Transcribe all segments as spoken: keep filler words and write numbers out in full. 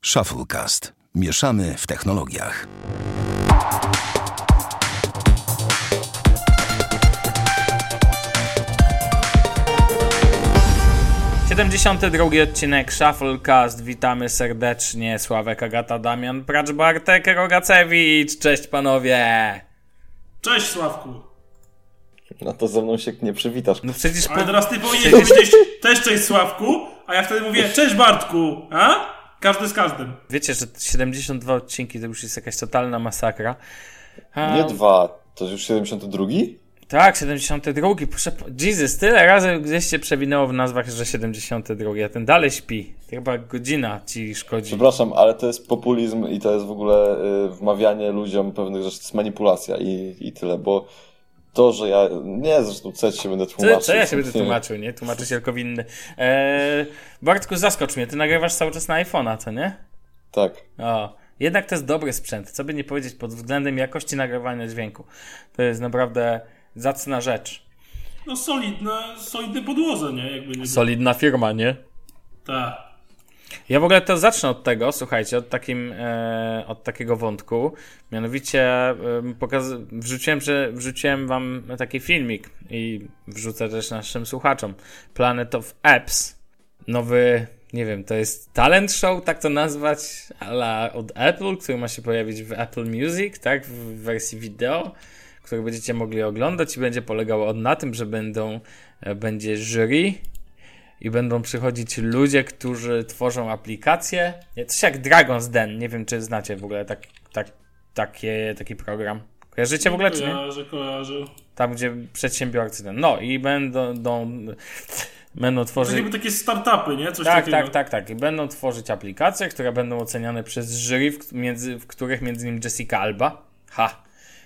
Shufflecast. Mieszamy w technologiach. siedemdziesiąty drugi odcinek Shufflecast. Witamy serdecznie. Sławek, Agata, Damian, Pracz, Bartek, Rogacewicz. Cześć panowie. Cześć Sławku. No to ze mną się nie przywitasz. No przecież Ale po... teraz ty powinieneś powiedzieć też cześć Sławku, a ja wtedy mówię cześć Bartku. A? Każdy z każdym. Wiecie, że siedemdziesiąt dwa odcinki to już jest jakaś totalna masakra. A... Nie dwa, to już siedemdziesiąty drugi? Tak, siedemdziesiąty drugi. Proszę... Jesus, tyle razy gdzieś się przewinęło w nazwach, że siedemdziesiąty drugi, a ten dalej śpi. Chyba godzina ci szkodzi. Przepraszam, ale to jest populizm i to jest w ogóle y, wmawianie ludziom pewnych rzeczy, to jest manipulacja i, i tyle, bo to, że ja... Nie, zresztą co ja się będę tłumaczył. Co, co ja się będę tłumaczył, nie? Tłumaczy się tylko winny. Eee, Bartku, zaskocz mnie. Ty nagrywasz cały czas na iPhone'a, co nie? Tak. O, jednak to jest dobry sprzęt. Co by nie powiedzieć pod względem jakości nagrywania dźwięku. To jest naprawdę zacna rzecz. No solidne, solidne podłoże, nie? Jakby nie Solidna firma, nie? Tak. Ja w ogóle to zacznę od tego, słuchajcie, od, takim, e, od takiego wątku. Mianowicie e, pokaz- wrzuciłem, że wrzuciłem wam taki filmik i wrzucę też naszym słuchaczom. Planet of Apps. Nowy, nie wiem, to jest talent show, tak to nazwać, ale od Apple, który ma się pojawić w Apple Music, tak, w wersji wideo, który będziecie mogli oglądać i będzie polegało na tym, że będą, e, będzie jury. I będą przychodzić ludzie, którzy tworzą aplikacje. Coś jak Dragon's Den. Nie wiem, czy znacie w ogóle tak, tak, takie, taki program. Kojarzycie w ogóle, czy nie? Kojarzę, kojarzę. Tam, gdzie przedsiębiorcy... ten- No i będą... Będą, będą To tworzyć... jakby takie startupy, nie? Coś Tak, takiego. tak, tak, tak. I będą tworzyć aplikacje, które będą oceniane przez jury, w, między, w których między innymi Jessica Alba. Ha!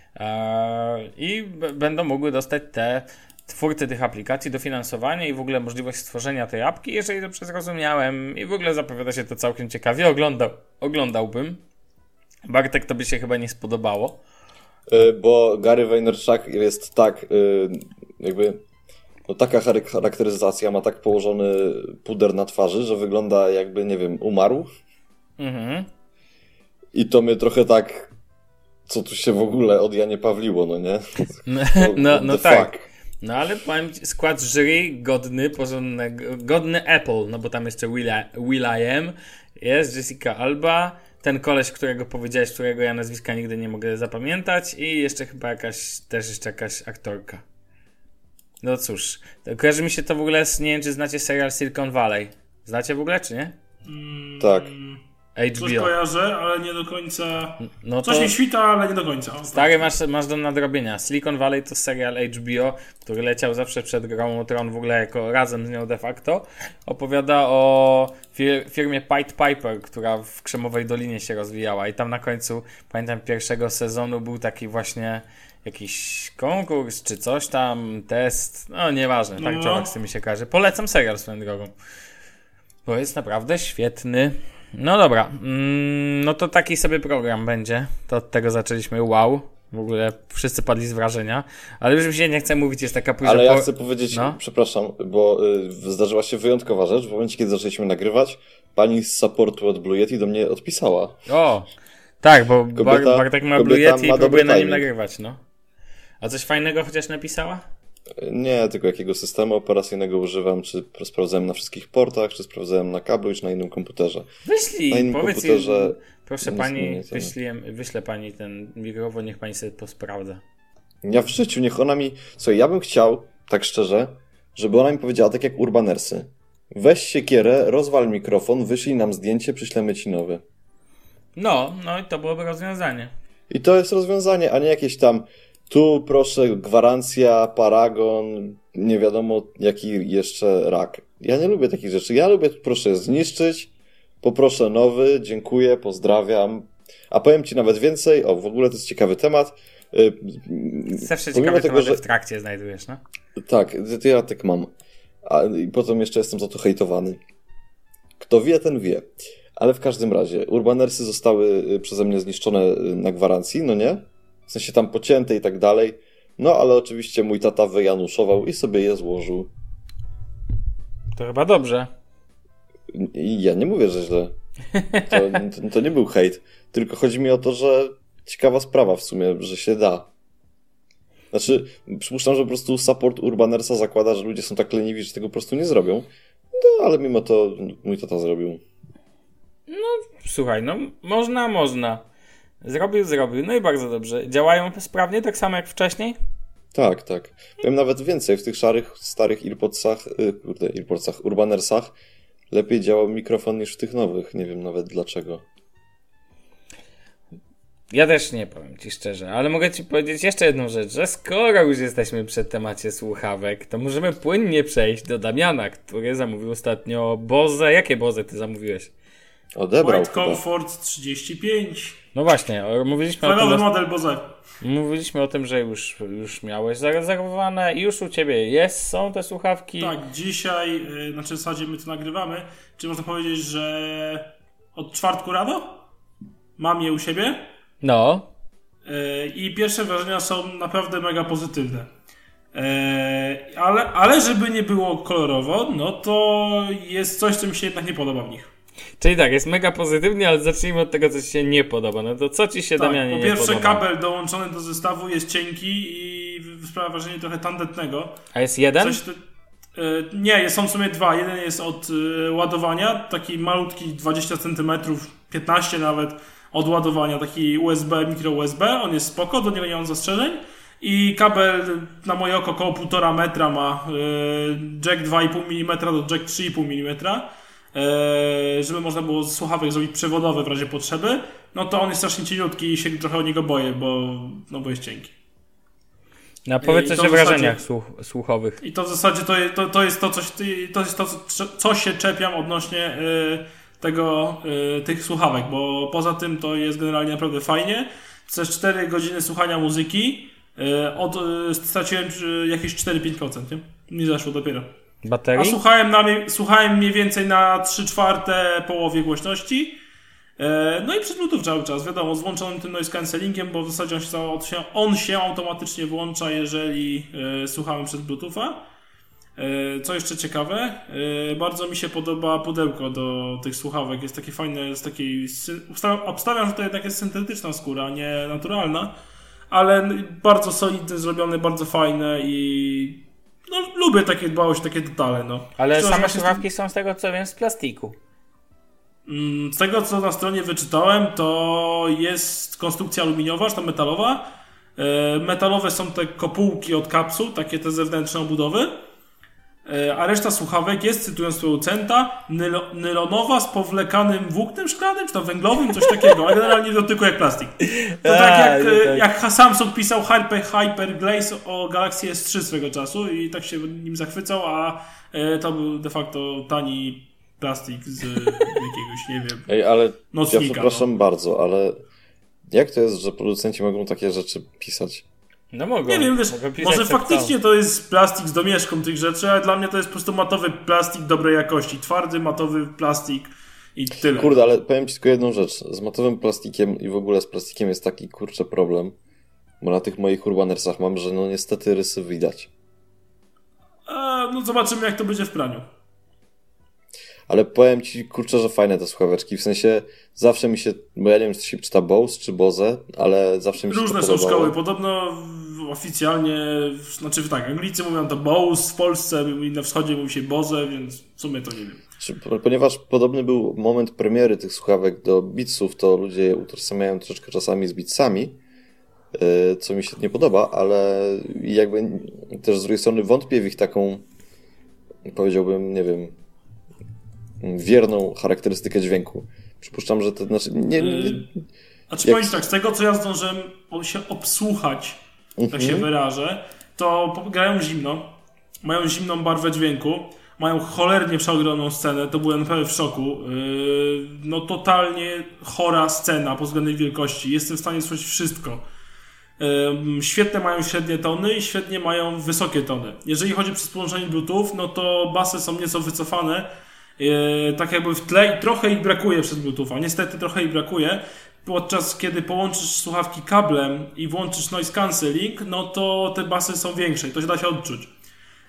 Eee, I b- będą mogły dostać te... twórcy tych aplikacji dofinansowanie i w ogóle możliwość stworzenia tej apki, jeżeli dobrze zrozumiałem, i w ogóle zapowiada się to całkiem ciekawie. Oglądał, oglądałbym. Bartek, to by się chyba nie spodobało. Y, bo Gary Vaynerchuk jest tak, y, jakby, no taka chary- charakteryzacja, ma tak położony puder na twarzy, że wygląda jakby, nie wiem, umarł. Mhm. I to mnie trochę tak, co tu się w ogóle od Janie Pawliło, no nie? No, What no, the no tak. fuck? No ale powiem ci, skład jury godny, porządnego, godny Apple, no bo tam jeszcze Will.i.am jest, Jessica Alba, ten koleś, którego powiedziałeś, którego ja nazwiska nigdy nie mogę zapamiętać, i jeszcze chyba jakaś, też jeszcze jakaś aktorka. No cóż, to kojarzy mi się to w ogóle z, nie wiem, czy znacie serial Silicon Valley. Znacie w ogóle, czy nie? Mm, Tak. H Coś B O. kojarzę, ale nie do końca... No Coś to... mi świta, ale nie do końca. O, Stary, masz, masz do nadrobienia. Silicon Valley to serial H B O, który leciał zawsze przed Grą o Tron, w ogóle jako razem z nią de facto. Opowiada o fir- firmie Pied Piper, która w Krzemowej Dolinie się rozwijała, i tam na końcu, pamiętam, pierwszego sezonu był taki właśnie jakiś konkurs, czy coś tam, test, no nieważne, tak No. człowiek z tym mi się każe. Polecam serial swoją drogą, bo jest naprawdę świetny. No dobra, mm, no to taki sobie program będzie. To od tego zaczęliśmy. Wow, w ogóle wszyscy padli z wrażenia. Ale już mi się nie chce mówić, jest taka późna... Ale ja po- chcę powiedzieć, No. przepraszam, bo y, zdarzyła się wyjątkowa rzecz. W momencie, kiedy zaczęliśmy nagrywać, pani z supportu od Blue Yeti do mnie odpisała. O, tak, bo Kobieta- Bar- Bartek ma Blue kobieta Yeti i ma próbuje dobry na nim timing. nagrywać, no. A coś fajnego chociaż napisała? Y, Nie, tylko jakiego systemu operacyjnego używam, czy sprawdzałem na wszystkich portach, czy sprawdzałem na kablu, czy na innym komputerze. Na Wyślij, innym powiedz komputerze jej, proszę nic pani, nie wiem. wyślij, wyślę pani ten mikrofon, niech pani sobie posprawdza. Ja w życiu, niech ona mi... Słuchaj, ja bym chciał, tak szczerze, żeby ona mi powiedziała, tak jak Urbanersy. Weź siekierę, rozwal mikrofon, wyślij nam zdjęcie, przyślemy ci nowy. No, no i to byłoby rozwiązanie. I to jest rozwiązanie, a nie jakieś tam tu proszę gwarancja, paragon, nie wiadomo jaki jeszcze rak. Ja nie lubię takich rzeczy. Ja lubię proszę zniszczyć, poproszę nowy, dziękuję, pozdrawiam. A powiem ci nawet więcej, o w ogóle to jest ciekawy temat. Yy, Zawsze pomimo ciekawe tego, tematy że- w trakcie znajdujesz, no? Tak, to ja tak mam. A, I potem jeszcze jestem za to hejtowany. Kto wie, ten wie. Ale w każdym razie, Urbanersy zostały y, przeze mnie zniszczone y, na gwarancji, no nie? W sensie tam pocięte i tak dalej. No ale oczywiście mój tata wyjanuszował i sobie je złożył. To chyba dobrze. I ja nie mówię, że źle. To, to, to nie był hejt, tylko chodzi mi o to, że ciekawa sprawa w sumie, że się da. Znaczy, przypuszczam, że po prostu support Urbanersa zakłada, że ludzie są tak leniwi, że tego po prostu nie zrobią. No, ale mimo to mój tata zrobił. No, słuchaj, no można, można. Zrobił, zrobił. No i bardzo dobrze. Działają sprawnie, tak samo jak wcześniej? Tak, tak. Powiem nawet więcej. W tych szarych, starych AirPodsach, yy, kurde, AirPodsach, Urbanersach lepiej działał mikrofon niż w tych nowych. Nie wiem nawet dlaczego. Ja też nie powiem ci szczerze, ale mogę ci powiedzieć jeszcze jedną rzecz, że skoro już jesteśmy przy temacie słuchawek, to możemy płynnie przejść do Damiana, który zamówił ostatnio Bose. Jakie Bose ty zamówiłeś? Odebrał White chyba. Comfort trzydzieści pięć. No właśnie, o- mówiliśmy o tym, Flagowy że, model Bose. mówiliśmy o tym, że już, już miałeś zarezerwowane i już u ciebie jest, są te słuchawki. Tak, dzisiaj, yy, znaczy w zasadzie my to nagrywamy, czy można powiedzieć, że od czwartku rano mam je u siebie. No. Yy, I pierwsze wrażenia są naprawdę mega pozytywne. Yy, ale, ale żeby nie było kolorowo, no to jest coś, co mi się jednak nie podoba w nich. Czyli tak, jest mega pozytywnie, ale zacznijmy od tego, co ci się nie podoba. No to co ci się, Tak, Damianie, po nie pierwsze podoba? kabel dołączony do zestawu jest cienki i sprawia wrażenie trochę tandetnego. A jest jeden? Coś te, yy, nie, są w sumie dwa. Jeden jest od yy, ładowania, taki malutki dwadzieścia centymetrów, piętnaście nawet od ładowania, taki U S B, mikro U S B. On jest spoko, do niego nie mam zastrzeżeń. I kabel na moje oko około półtora metra ma yy, jack dwa i pół milimetra do jack trzy i pół milimetra. Yy, żeby można było z słuchawek zrobić przewodowe w razie potrzeby. No to on jest strasznie cieniutki i się trochę o niego boję, bo, no bo jest cienki. No powiedz I coś to o w zasadzie- wrażeniach słuch, słuchowych. I to w zasadzie to, je- to, to jest to, coś, to jest to, co, co się czepiam odnośnie y, tego, y, tych słuchawek, bo poza tym to jest generalnie naprawdę fajnie. Przez cztery godziny słuchania muzyki y, od, y, straciłem y, jakieś cztery do pięciu procent, nie? Mi zeszło dopiero. A Baterii? słuchałem, na, mie- słuchałem mniej więcej na trzy czwarte połowie głośności. E, No i przez Bluetooth cały czas, wiadomo, z włączonym tym noise cancellingiem, bo w zasadzie on się, on się, on się automatycznie włącza, jeżeli e, słuchamy przez Bluetootha. E, co jeszcze ciekawe, e, bardzo mi się podoba pudełko do tych słuchawek, jest takie fajne, z takiej, sy- obstawiam, obstawiam, że to jednak jest syntetyczna skóra, nie naturalna, ale n- bardzo solidne, zrobione, bardzo fajne i no, lubię takie dbałość, takie detale, no. Ale Szczerze, same właśnie z tym- słuchawki są z tego, co wiem, z plastiku. Mm, Z tego, co na stronie wyczytałem, to jest konstrukcja aluminiowa, czy tam metalowa. E, Metalowe są te kopułki od kapsuł, takie te zewnętrzne obudowy. E, A reszta słuchawek jest, cytując producenta, nylo, nylonowa z powlekanym włóknem szklanym, czy tam węglowym, coś takiego, ale generalnie to tylko jak plastik. To A, tak jak, no e, tak. jak Samsung pisał Hyper, Hyper Glaze o Galaxy S trzy swego czasu i tak się nim zachwycał, a e, to był de facto tani plastik z jakiegoś, nie wiem, Ej, ale nocnika. ja przepraszam bardzo, ale jak to jest, że producenci mogą takie rzeczy pisać? No mogą. Nie wiem, wiesz, mogą pisać, może co faktycznie to jest plastik z domieszką tych rzeczy, ale dla mnie to jest po prostu matowy plastik dobrej jakości. Twardy, matowy plastik i tyle. Kurde, ale powiem ci tylko jedną rzecz. Z matowym plastikiem i w ogóle z plastikiem jest taki kurczę problem, bo na tych moich Urbanersach mam, że no niestety rysy widać. A, no zobaczymy, jak to będzie w praniu. Ale powiem ci, kurczę, że fajne te słuchaweczki. W sensie zawsze mi się, bo ja nie wiem, czy to się czyta Bose czy Bose, ale zawsze mi się Różne to są podobało. szkoły. Podobno w- oficjalnie, w- znaczy tak, Anglicy mówią to Bose, w Polsce i na wschodzie mówi się Bose, więc w sumie to nie wiem. Czy- Ponieważ podobny był moment premiery tych słuchawek do Beatsów, to ludzie je utożsamiają troszeczkę czasami z Beatsami, yy, co mi się nie podoba, ale jakby też z drugiej strony wątpię w ich taką, powiedziałbym, nie wiem, wierną charakterystykę dźwięku. Przypuszczam, że to znaczy... Nie, nie, Znaczy Jak- powiem tak, z tego co ja zdążyłem o- się obsłuchać, tak się wyrażę, to po- grają zimno, mają zimną barwę dźwięku, mają cholernie przeograną scenę, to byłem naprawdę w szoku. Yy, no totalnie chora scena pod względem wielkości, jestem w stanie słyszeć wszystko. Yy, świetne mają średnie tony i świetnie mają wysokie tony. Jeżeli chodzi przez połączenie Bluetooth, no to basy są nieco wycofane, yy, tak jakby w tle i trochę ich brakuje przez Bluetootha. Niestety trochę ich brakuje. Podczas kiedy połączysz słuchawki kablem i włączysz noise cancelling, no to te basy są większe i to się da się odczuć.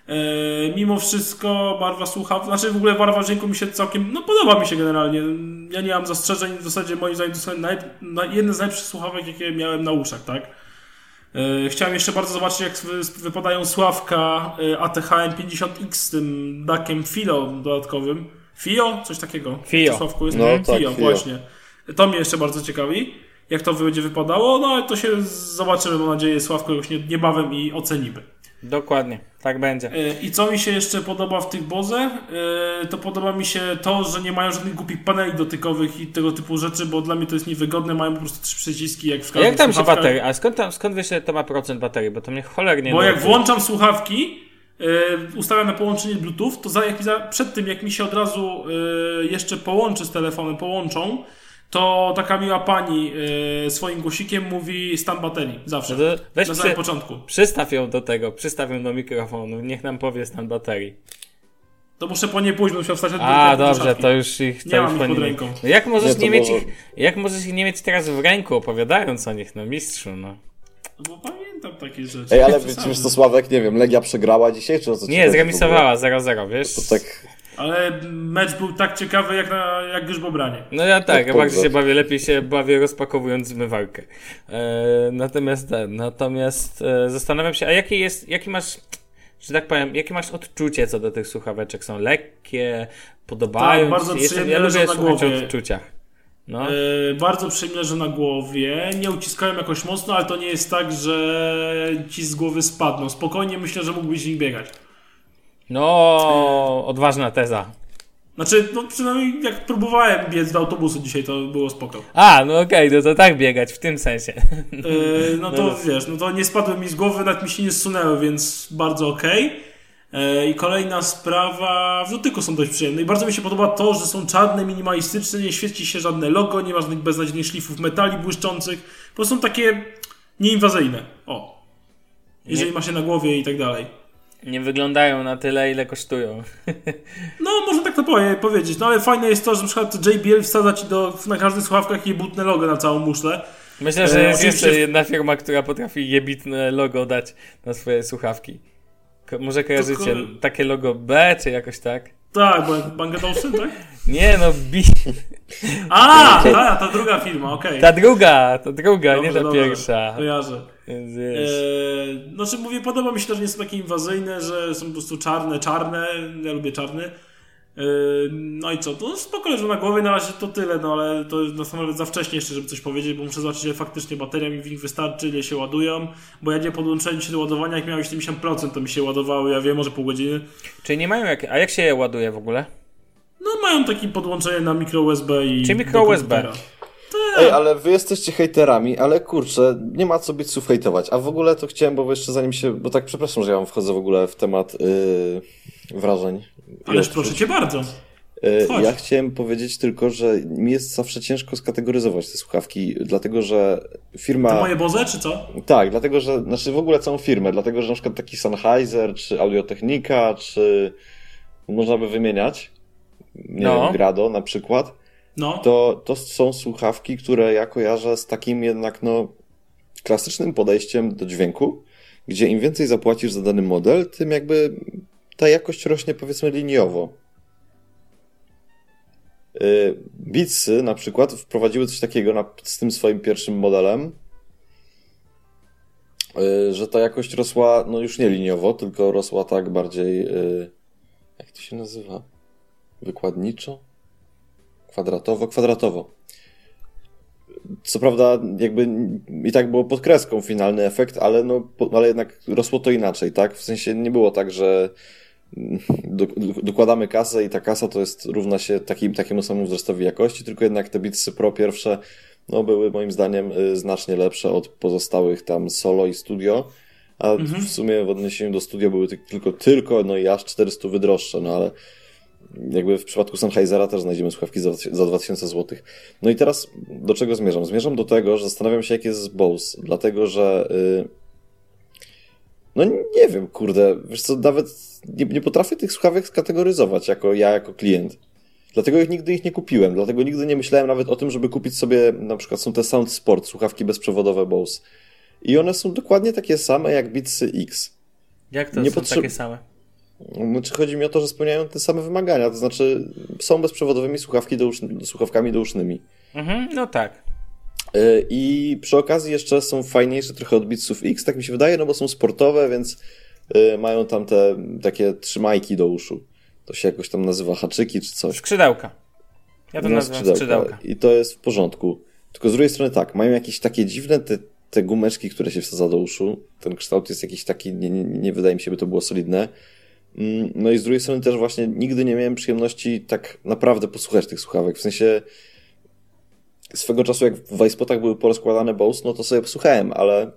Mimo wszystko barwa słuchawek, znaczy w ogóle barwa dźwięku mi się całkiem, no podoba mi się generalnie. Ja nie mam zastrzeżeń, w zasadzie moim zdaniem to są naj, naj, jedne z najlepszych słuchawek, jakie miałem na uszach, tak? Chciałem jeszcze bardzo zobaczyć, jak wypadają słuchawka A T H M pięćdziesiąt X z tym dakiem Filo dodatkowym. Fio? Coś takiego. Fio. Sławku jest? No, Fio, tak, Fio. właśnie. To mnie jeszcze bardzo ciekawi, jak to będzie wypadało, no ale to się zobaczymy, mam nadzieję, Sławko jakoś niebawem i ocenimy. Dokładnie, tak będzie. I co mi się jeszcze podoba w tych Boze, to podoba mi się to, że nie mają żadnych głupich paneli dotykowych i tego typu rzeczy, bo dla mnie to jest niewygodne, mają po prostu trzy przyciski jak w A każdym jak tam się słuchawkach. bateria? A skąd, tam, skąd wiesz, ile to ma procent baterii? Bo to mnie cholernie... Bo jak nurtuje. włączam słuchawki, yy, ustawiam na połączenie Bluetooth, to za, jak mi za, przed tym, jak mi się od razu yy, jeszcze połączy z telefonem, połączą, to taka miła pani yy, swoim głosikiem mówi stan baterii. Zawsze. No to weź na samym przy, początku. Przystaw ją do tego, przystaw ją do mikrofonu, niech nam powie stan baterii. To muszę po nie pójść, bo musiał wstać od A, do dobrze, szafki. to już ich... To Nie już mam ich po pod nie- ręką. No jak możesz Nie, to nie, mieć może- ich, jak możesz ich nie mieć teraz w ręku, opowiadając o nich, no mistrzu, no. No bo pamiętam takie rzeczy. Ej, ale Nie wiesz, przesadzę. wiesz co, Sławek, nie wiem, Legia przegrała dzisiaj, czy o co ci Nie, chodzi w zremisowała zero zero, wiesz? ogóle? To tak... Ale mecz był tak ciekawy jak, na, jak Grzbobranie. No ja tak, Jak ja bardziej się powrót. bawię, lepiej się bawię rozpakowując zmywarkę. E, natomiast ten, natomiast e, zastanawiam się, a jaki jest, jaki masz, że tak powiem, jakie masz odczucie co do tych słuchaweczek? Są lekkie, podobają Tak, bardzo ci się? Jestem- przyjemnie Ja lubię leżą na słuchać o głowie. odczuciach. No. Yy, bardzo przyjemnie leży na głowie. Nie uciskałem jakoś mocno, ale to nie jest tak, że ci z głowy spadną. Spokojnie myślę, że mógłbyś z nich biegać. No, odważna teza. Znaczy, no przynajmniej jak próbowałem biec do autobusu dzisiaj, to było spoko. A, no okej, no to tak biegać, w tym sensie. Yy, no to wiesz, no to nie spadły mi z głowy, nawet mi się nie zsunęły, więc bardzo okej. Yy, I kolejna sprawa, w dotyku są dość przyjemne. I bardzo mi się podoba to, że są czarne, minimalistyczne, nie świeci się żadne logo, nie ma żadnych beznadziejnych szlifów metali błyszczących. Po prostu są takie nieinwazyjne. O. Jeżeli ma się na głowie i tak dalej. Nie wyglądają na tyle, ile kosztują. No, można tak to powie- powiedzieć. No ale fajne jest to, że na przykład J B L wsadza ci do, na każdych słuchawkach jebutne logo na całą muszlę. Myślę, że E, jest oczywiście- jeszcze jedna firma, która potrafi jebitne logo dać na swoje słuchawki. Ko- może kojarzycie Tylko- takie logo B, czy jakoś tak? Tak, bo Bang Olufsen, tak? Nie no, B. A, ta, ta druga firma, okej. Ta druga, ta druga, Dobrze, nie ta dobrze. pierwsza. Kojarzę. Więc wiesz. Eee, znaczy mówię, podoba mi się to, że nie są takie inwazyjne, że są po prostu czarne, czarne, ja lubię czarny. Eee, no i co, to spoko leży na głowie, na razie to tyle, no ale to jest nawet za wcześnie jeszcze, żeby coś powiedzieć, bo muszę zobaczyć, ile faktycznie bateria mi w nich wystarczy, ile się ładują, bo ja nie podłączyłem się do ładowania, jak miałem siedemdziesiąt procent, to mi się ładowało, ja wiem, może pół godziny. Czyli nie mają jak... A jak się je ładuje w ogóle? No mają takie podłączenie na mikro U S B i Czyli mikro do U S B. komputera. Ej, ale wy jesteście hejterami, ale kurczę, nie ma co bicców hejtować. A w ogóle to chciałem, bo jeszcze zanim się, bo tak przepraszam, że ja wam wchodzę w ogóle w temat yy, wrażeń. Ależ I proszę odczuć. cię bardzo. Yy, chodź. ja chciałem powiedzieć tylko, że mi jest zawsze ciężko skategoryzować te słuchawki, dlatego że firma... To moje Boze, czy co? Tak, dlatego że, znaczy w ogóle całą firmę, dlatego że na przykład taki Sennheiser, czy Audio-Technica, czy można by wymieniać, nie No. wiem, Grado na przykład, No. to, to są słuchawki, które ja kojarzę z takim jednak, no, klasycznym podejściem do dźwięku, gdzie im więcej zapłacisz za dany model, tym jakby ta jakość rośnie, powiedzmy, liniowo. Yy, Beatsy na przykład wprowadziły coś takiego na, z tym swoim pierwszym modelem, yy, że ta jakość rosła, no już nie liniowo, tylko rosła tak bardziej, yy, jak to się nazywa? Wykładniczo? Kwadratowo? Kwadratowo. Co prawda jakby i tak było pod kreską finalny efekt, ale, no, po, ale jednak rosło to inaczej, tak? W sensie nie było tak, że do, do, dokładamy kasę i ta kasa to jest równa się takim, takiemu samemu wzrostowi jakości, tylko jednak te Beatsy Pro pierwsze no, były moim zdaniem y, znacznie lepsze od pozostałych tam Solo i Studio, a Mhm. w sumie w odniesieniu do Studio były ty, tylko, tylko no i aż czterysta wydroższe, no ale jakby w przypadku Sennheisera też znajdziemy słuchawki za, za dwa tysiące złotych. No i teraz do czego zmierzam? Zmierzam do tego, że zastanawiam się, jak jest z Bose, dlatego że yy... no nie wiem, kurde, wiesz co, nawet nie, nie potrafię tych słuchawek skategoryzować jako ja, jako klient. Dlatego ich nigdy ich nie kupiłem, dlatego nigdy nie myślałem nawet o tym, żeby kupić sobie, na przykład są te Sound Sport, słuchawki bezprzewodowe Bose. I one są dokładnie takie same jak Beatsy X. Jak to Nie są potrze- takie same? Znaczy, chodzi mi o to, że spełniają te same wymagania, to znaczy są bezprzewodowymi słuchawki douszny, słuchawkami dousznymi. Mhm, no tak. I przy okazji jeszcze są fajniejsze trochę od Beatsów X, tak mi się wydaje, no bo są sportowe, więc mają tam te takie trzymajki do uszu. To się jakoś tam nazywa haczyki czy coś. Skrzydełka. Ja to no, nazywam skrzydełka. skrzydełka. I to jest w porządku. Tylko z drugiej strony tak, mają jakieś takie dziwne te, te gumeczki, które się wsadza do uszu. Ten kształt jest jakiś taki, nie, nie, nie wydaje mi się, by to było solidne. No i z drugiej strony też właśnie nigdy nie miałem przyjemności tak naprawdę posłuchać tych słuchawek. W sensie swego czasu jak w iSpotach były porozkładane Bose, no to sobie posłuchałem, ale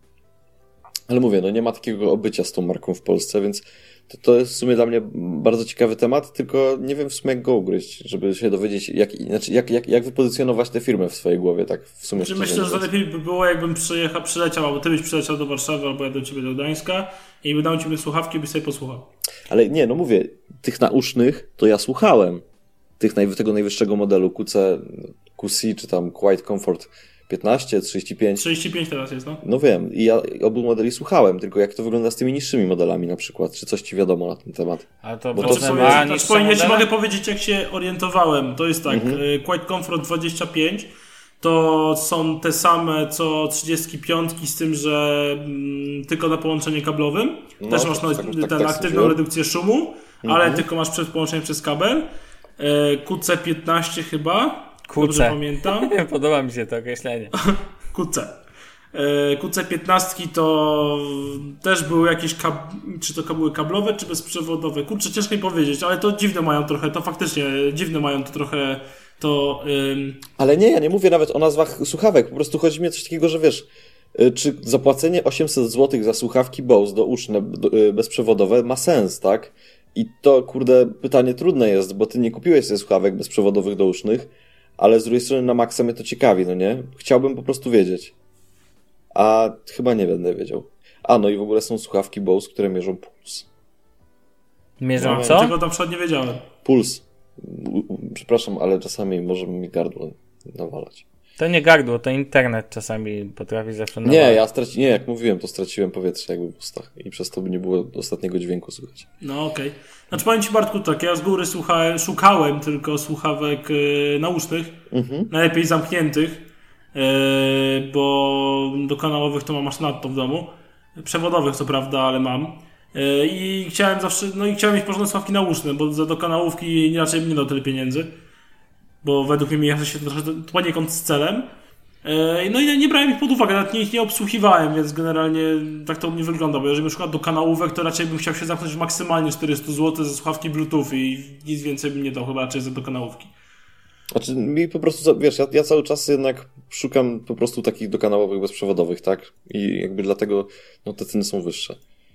ale mówię, no nie ma takiego obycia z tą marką w Polsce, więc to, to jest w sumie dla mnie bardzo ciekawy temat, tylko nie wiem w sumie jak go ugryźć, żeby się dowiedzieć, jak, znaczy jak, jak, jak wypozycjonować tę firmę w swojej głowie, tak w sumie. Znaczy myślę, że lepiej by było, jakbym przyjechał, przyleciał, albo ty byś przyleciał do Warszawy, albo ja do ciebie do Gdańska i by dał ciebie słuchawki, byś sobie posłuchał. Ale nie, no mówię, tych nausznych to ja słuchałem. Tych naj, tego najwyższego modelu Q C, Q C czy tam Quiet Comfort piętnaście, trzydzieści pięć. trzydzieści pięć teraz jest, no? No wiem, i ja obu modeli słuchałem, tylko jak to wygląda z tymi niższymi modelami na przykład, czy coś ci wiadomo na ten temat? Ale to bo to znaczy, ma powiem, niższe znaczy, ja ci modele? mogę powiedzieć, jak się orientowałem. To jest tak, Mhm. Quiet Comfort dwadzieścia pięć to są te same co trzydzieści pięć, z tym, że mm, tylko na połączeniu kablowym. No, Też tak, masz no, tak, tę tak, tak aktywną sądziłem. redukcję szumu, ale tylko masz przez połączenie przez kabel. E, Q C piętnaście chyba, dobrze pamiętam. Podoba mi się to określenie. Q C. Q C piętnaście to też były jakieś, kab... czy to były kablowe, czy bezprzewodowe. Kurczę, ciężko mi powiedzieć, ale to dziwne mają trochę, to faktycznie dziwne mają to trochę, to... Ym... Ale nie, ja nie mówię nawet o nazwach słuchawek, po prostu chodzi mi o coś takiego, że wiesz, czy zapłacenie osiemset złotych za słuchawki Bose douszne, bezprzewodowe ma sens, tak? I to, kurde, pytanie trudne jest, bo ty nie kupiłeś sobie słuchawek bezprzewodowych dousznych, ale z drugiej strony na maksa mnie to ciekawi, no nie? Chciałbym po prostu wiedzieć. A chyba nie będę wiedział. A, no i w ogóle są słuchawki Bose, które mierzą puls. Mierzą no, co? Tego na przykład nie wiedziałem. Puls. Przepraszam, ale czasami może mi gardło nawalać. To nie gardło, to internet czasami potrafi zawsze nawalać. Nie, ja straci... nie, jak mówiłem, to straciłem powietrze jakby w ustach i przez to by nie było ostatniego dźwięku słychać. No okej. Okay. Znaczy powiem ci, Bartku, tak, ja z góry słuchałem, szukałem tylko słuchawek yy, nausznych, mhm. najlepiej zamkniętych, yy, bo do kanałowych to mam aż nadto w domu. Przewodowych co prawda, ale mam. Yy, I chciałem zawsze, no i chciałem mieć porządne słuchawki nauszne, bo za do kanałówki raczej bym nie dał tyle pieniędzy. Bo według mnie mija się trochę poniekąd z celem. No i nie brałem ich pod uwagę, nawet nie, ich nie obsłuchiwałem, więc generalnie tak to u mnie wygląda, bo jeżeli na przykład do kanałówek, to raczej bym chciał się zamknąć w maksymalnie czterysta złotych ze słuchawki Bluetooth i nic więcej bym nie dał chyba raczej za do kanałówki. Znaczy mi po prostu, wiesz, ja, ja cały czas jednak szukam po prostu takich dokanałowych bezprzewodowych, tak? I jakby dlatego no, te ceny są wyższe.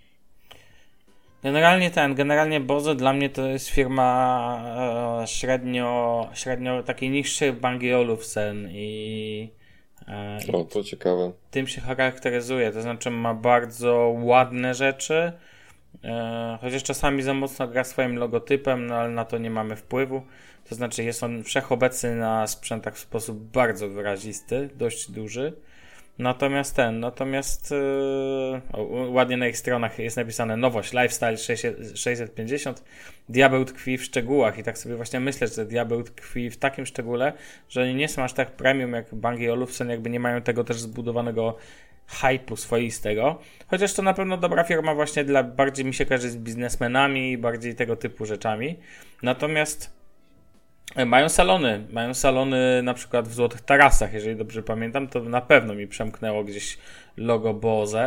Generalnie ten, generalnie Bose dla mnie to jest firma e, średnio, średnio takiej niższej Bang i Olufsen i, e, o, to ciekawe. Tym się charakteryzuje, to znaczy ma bardzo ładne rzeczy, e, chociaż czasami za mocno gra swoim logotypem, no ale na to nie mamy wpływu, to znaczy jest on wszechobecny na sprzętach w sposób bardzo wyrazisty, dość duży. Natomiast ten, natomiast yy, o, ładnie na ich stronach jest napisane nowość, lifestyle sześćset pięćdziesiąt, diabeł tkwi w szczegółach i tak sobie właśnie myślę, że diabeł tkwi w takim szczególe, że oni nie są aż tak premium jak Bang i Olufsen, jakby nie mają tego też zbudowanego hype'u swoistego, chociaż to na pewno dobra firma właśnie dla, bardziej mi się kojarzy z biznesmenami i bardziej tego typu rzeczami, natomiast mają salony, mają salony na przykład w Złotych Tarasach, jeżeli dobrze pamiętam, to na pewno mi przemknęło gdzieś logo Bose.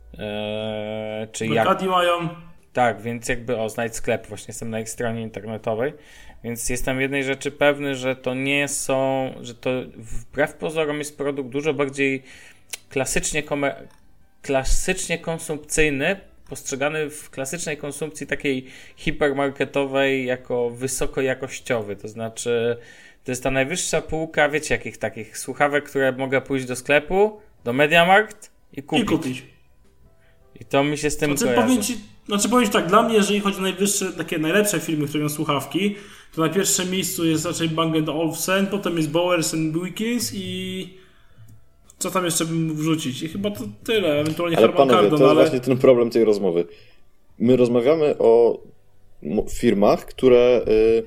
Eee, czy jak... mają. Tak, więc jakby o, znajdź sklep, właśnie jestem na ich stronie internetowej, więc jestem jednej rzeczy pewny, że to nie są, że to wbrew pozorom jest produkt dużo bardziej klasycznie, komer... klasycznie konsumpcyjny, postrzegany w klasycznej konsumpcji takiej hipermarketowej jako wysokojakościowy, to znaczy to jest ta najwyższa półka, wiecie jakich takich słuchawek, które mogę pójść do sklepu, do MediaMarkt i kupić. I kupić. I to mi się z tym znaczy, kojarzy. Powiem ci, znaczy powiem ci tak, dla mnie jeżeli chodzi o najwyższe, takie najlepsze firmy, które mają słuchawki, to na pierwszym miejscu jest raczej Bang and Olufsen, potem jest Bowers and Wilkins i co tam jeszcze bym mógł wrzucić? I chyba to tyle, ewentualnie ale Harman panowie, Kardon, to jest ale... właśnie ten problem tej rozmowy. My rozmawiamy o firmach, które y,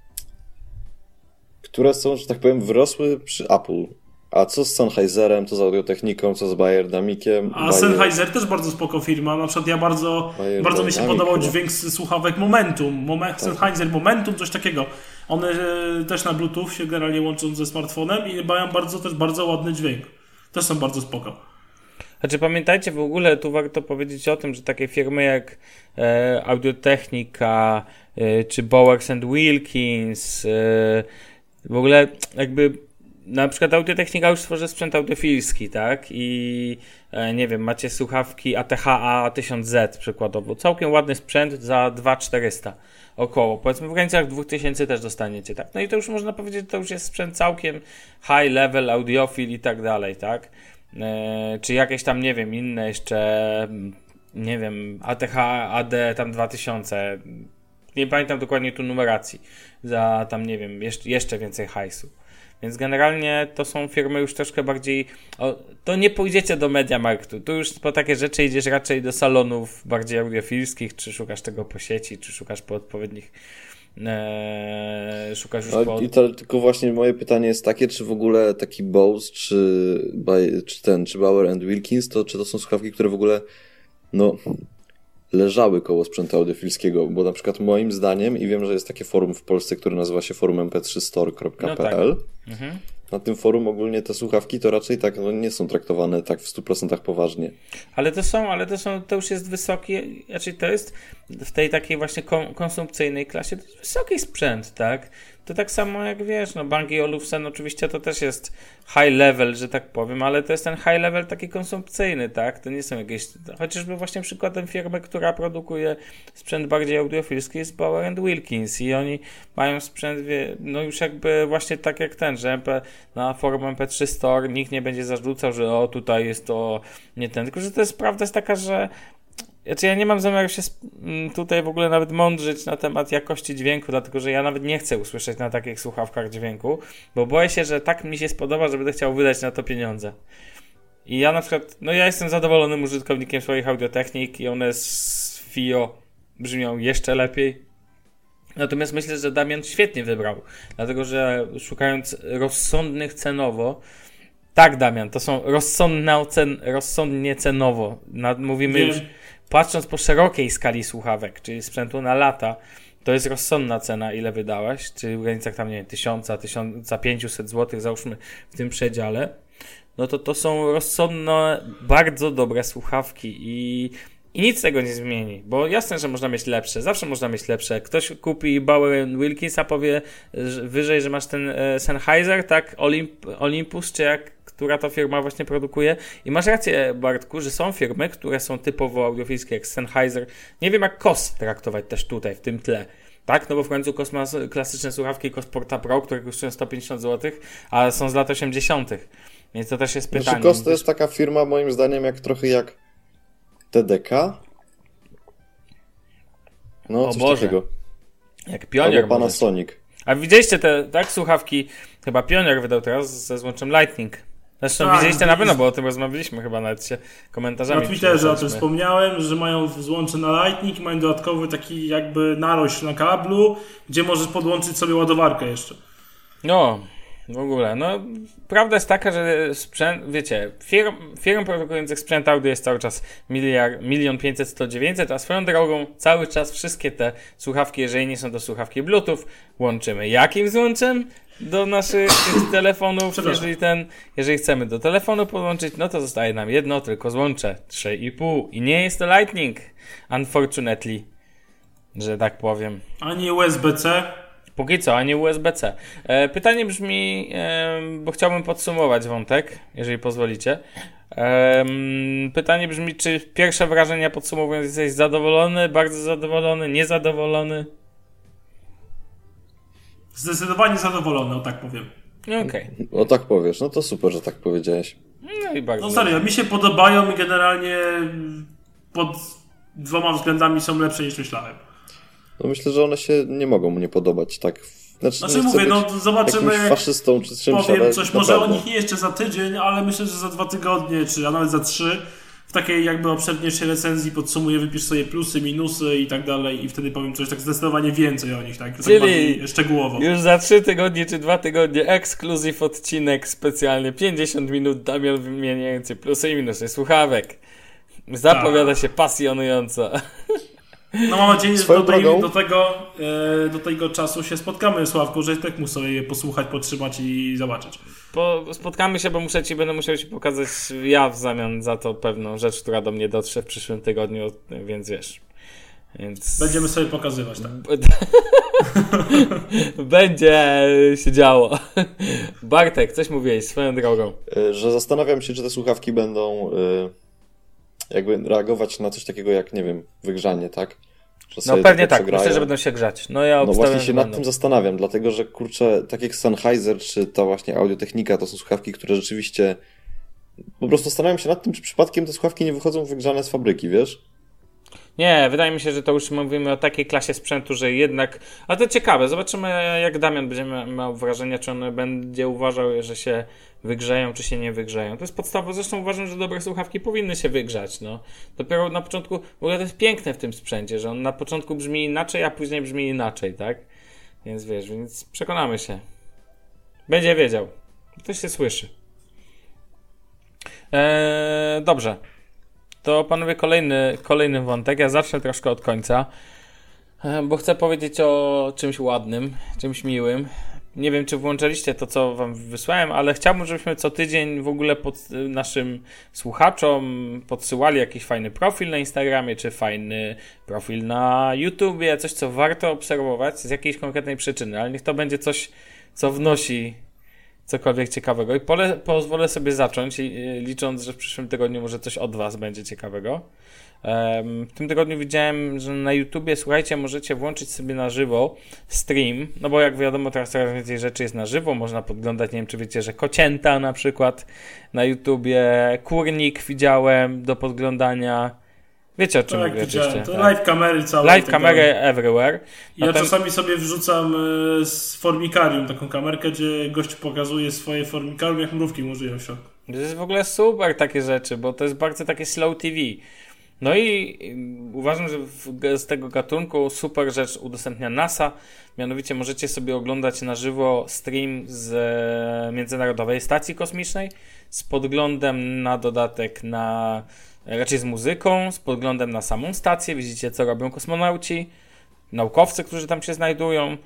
które są, że tak powiem, wyrosły przy Apple. A co z Sennheiserem, co z Audio-Techniką, co z Bayer Dynamiciem? A Bayer... Sennheiser też bardzo spoko firma. Na przykład ja bardzo, bardzo mi się podobał chyba. Dźwięk z słuchawek Momentum. Moment, tak. Sennheiser Momentum, coś takiego. One też na Bluetooth się generalnie łączą ze smartfonem i mają bardzo, też bardzo ładny dźwięk. Też są bardzo spoko. Znaczy pamiętajcie, w ogóle tu warto powiedzieć o tym, że takie firmy jak e, Audio-Technica e, czy Bowers and Wilkins e, w ogóle jakby na przykład Audio-Technica już tworzy sprzęt audiofilski, tak? I e, nie wiem, macie słuchawki A T H A tysiąc Z przykładowo. Całkiem ładny sprzęt za dwa tysiące czterysta około. Powiedzmy w granicach dwa tysiące też dostaniecie, tak? No i to już można powiedzieć, że to już jest sprzęt całkiem high level, audiofil i tak dalej, tak? E, czy jakieś tam, nie wiem, inne jeszcze, nie wiem, A T H A D tam dwa tysiące. Nie pamiętam dokładnie tu numeracji. Za tam, nie wiem, jeszcze, jeszcze więcej hajsu. Więc generalnie to są firmy już troszkę bardziej... O, to nie pójdziecie do MediaMarktu. Tu już po takie rzeczy idziesz raczej do salonów bardziej audiofilskich, czy szukasz tego po sieci, czy szukasz po odpowiednich... Ee, szukasz już no, po... I to, tylko właśnie moje pytanie jest takie, czy w ogóle taki Bose, czy, czy ten, czy Bauer and Wilkins, to czy to są słuchawki, które w ogóle no... leżały koło sprzętu audiofilskiego, bo na przykład moim zdaniem, i wiem, że jest takie forum w Polsce, które nazywa się forum em pe trzy store kropka pe el, no tak. mhm. Na tym forum ogólnie te słuchawki to raczej tak no, nie są traktowane tak w stu procentach poważnie. Ale to są, ale to są, to już jest wysoki, znaczy to jest w tej takiej właśnie kon- konsumpcyjnej klasie, to jest wysoki sprzęt, tak? To tak samo jak wiesz, no Bang i Olufsen oczywiście to też jest high level, że tak powiem, ale to jest ten high level taki konsumpcyjny, tak? To nie są jakieś, chociażby właśnie przykładem firmy, która produkuje sprzęt bardziej audiofilski jest Bauer and Wilkins i oni mają sprzęt, no już jakby właśnie tak jak ten, że M P, na forum em pe trzy Store nikt nie będzie zarzucał, że o tutaj jest to nie ten, tylko że to jest prawda jest taka, że Znaczy ja nie mam zamiaru się tutaj w ogóle nawet mądrzyć na temat jakości dźwięku, dlatego że ja nawet nie chcę usłyszeć na takich słuchawkach dźwięku, bo boję się, że tak mi się spodoba, że będę chciał wydać na to pieniądze. I ja na przykład, no ja jestem zadowolonym użytkownikiem swoich Audio-Technik i one z F I O brzmią jeszcze lepiej. Natomiast myślę, że Damian świetnie wybrał, dlatego że szukając rozsądnych cenowo, tak Damian, to są rozsądne cen, rozsądnie cenowo, Nad, mówimy już... Patrząc po szerokiej skali słuchawek, czyli sprzętu na lata, to jest rozsądna cena, ile wydałeś, czyli w granicach tam, nie wiem, tysiąca, tysiąca pięćset złotych, załóżmy w tym przedziale, no to to są rozsądne, bardzo dobre słuchawki i, i nic tego nie zmieni, bo jasne, że można mieć lepsze, zawsze można mieć lepsze. Ktoś kupi Bauer Wilkins, a powie że wyżej, że masz ten e, Sennheiser, tak, Olymp, Olympus, czy jak która to firma właśnie produkuje. I masz rację, Bartku, że są firmy, które są typowo audiofilskie, jak Sennheiser. Nie wiem, jak Kos traktować też tutaj, w tym tle. Tak? No bo w końcu Kos ma klasyczne słuchawki Kos Porta Pro, które kosztują sto pięćdziesiąt złotych, a są z lat osiemdziesiątych. Więc to też jest pytanie. Znaczy Kos to jest taka firma, moim zdaniem, jak trochę jak T D K. No, o coś Boże. takiego. Jak Pionier. Albo Panasonic. A widzieliście te, tak, słuchawki, chyba Pionier wydał teraz ze złączem Lightning. Zresztą tak, widzieliście na pewno, bo o tym rozmawialiśmy chyba nawet się komentarzami. Na Twitterze o tym wspomniałem, że mają złącze na Lightning, mają dodatkowy taki jakby narośl na kablu, gdzie możesz podłączyć sobie ładowarkę jeszcze. No, w ogóle, no prawda jest taka, że sprzęt, wiecie, firm, firm produkujących sprzęt audio jest cały czas miliard, milion pięćset, sto, dziewięćset, a swoją drogą cały czas wszystkie te słuchawki, jeżeli nie są to słuchawki Bluetooth, łączymy. Jakim złączem? Do naszych telefonów, jeżeli ten, jeżeli chcemy do telefonu podłączyć, no to zostaje nam jedno tylko złącze, trzy i pół i nie jest to Lightning, unfortunately, że tak powiem. Ani U S B C? Póki co, ani U S B C. E, pytanie brzmi, e, bo chciałbym podsumować wątek, jeżeli pozwolicie. E, pytanie brzmi, czy pierwsze wrażenia podsumowując, jesteś zadowolony, bardzo zadowolony, niezadowolony? Zdecydowanie zadowolony, o tak powiem. Okej. Okay. O tak powiesz, no to super, że tak powiedziałeś. No i bardzo. No serio, mi się podobają i generalnie pod dwoma względami są lepsze niż myślałem. No myślę, że one się nie mogą mnie podobać tak. Znaczy, znaczy mówię, no zobaczymy, jak faszystą czy czymś, powiem ale coś, może o nich nie jeszcze za tydzień, ale myślę, że za dwa tygodnie, czy a nawet za trzy, w takiej jakby obszerniejszej recenzji podsumuję, wypisz sobie plusy, minusy i tak dalej i wtedy powiem coś tak zdecydowanie więcej o nich, tak? Czyli tak bardziej szczegółowo. Już za trzy tygodnie czy dwa tygodnie ekskluzyw odcinek specjalny, pięćdziesiąt minut Damian wymieniający plusy i minusy słuchawek. Zapowiada się pasjonująco. No mam nadzieję, że Swoją do, tej, drogą- do, tego, e, do tego czasu się spotkamy, Sławku, że tak muszę sobie je posłuchać, podtrzymać i zobaczyć. Po, spotkamy się, bo muszę ci, będę musiał ci pokazać ja w zamian za to pewną rzecz, która do mnie dotrze w przyszłym tygodniu, więc wiesz. Więc... Będziemy sobie pokazywać, tak. Będzie się działo. Bartek, coś mówiłeś swoją drogą. Y, Że zastanawiam się, czy te słuchawki będą y, jakby reagować na coś takiego jak, nie wiem, wygrzanie, tak? Że No sobie pewnie takie tak, przegrają. myślę, że będą się grzać. No ja No obstawiam, właśnie się że nad będą. tym zastanawiam, dlatego że kurczę, tak jak Sennheiser czy ta właśnie Audio-Technica, to są słuchawki, które rzeczywiście po prostu zastanawiam się nad tym, czy przypadkiem te słuchawki nie wychodzą wygrzane z fabryki, wiesz? Nie, wydaje mi się, że to już mówimy o takiej klasie sprzętu, że jednak... Ale to ciekawe, zobaczymy jak Damian będzie miał wrażenie, czy on będzie uważał, że się wygrzeją, czy się nie wygrzeją. To jest podstawa, zresztą uważam, że dobre słuchawki powinny się wygrzać, no. Dopiero na początku, w ogóle to jest piękne w tym sprzęcie, że on na początku brzmi inaczej, a później brzmi inaczej, tak? Więc wiesz, więc przekonamy się. Będzie wiedział. To się słyszy. Eee, dobrze. To panowie kolejny, kolejny wątek. Ja zacznę troszkę od końca, bo chcę powiedzieć o czymś ładnym, czymś miłym. Nie wiem, czy włączyliście to, co wam wysłałem, ale chciałbym, żebyśmy co tydzień w ogóle pod naszym słuchaczom podsyłali jakiś fajny profil na Instagramie, czy fajny profil na YouTubie, coś, co warto obserwować z jakiejś konkretnej przyczyny, ale niech to będzie coś, co wnosi cokolwiek ciekawego. I pole, pozwolę sobie zacząć, licząc, że w przyszłym tygodniu może coś od was będzie ciekawego. Um, w tym tygodniu widziałem, że na YouTubie, słuchajcie, możecie włączyć sobie na żywo stream, no bo jak wiadomo, teraz coraz więcej rzeczy jest na żywo, można podglądać, nie wiem, czy wiecie, że Kocięta na przykład na YouTubie, Kurnik widziałem do podglądania. Wiecie, o czym Tak, mówię widziałem. oczywiście. To Tak. live kamery całe. Live i tak kamery dalej. everywhere. Ja Natem- czasami sobie wrzucam y, z formikarium taką kamerkę, gdzie gość pokazuje swoje formikarium, jak mrówki mu żyją w środku. To jest w ogóle super takie rzeczy, bo to jest bardzo takie slow T V. No i uważam, że w, z tego gatunku super rzecz udostępnia NASA. Mianowicie możecie sobie oglądać na żywo stream z e, Międzynarodowej Stacji Kosmicznej z podglądem na dodatek na, raczej z muzyką, z podglądem na samą stację. Widzicie, co robią kosmonauci, naukowcy, którzy tam się znajdują.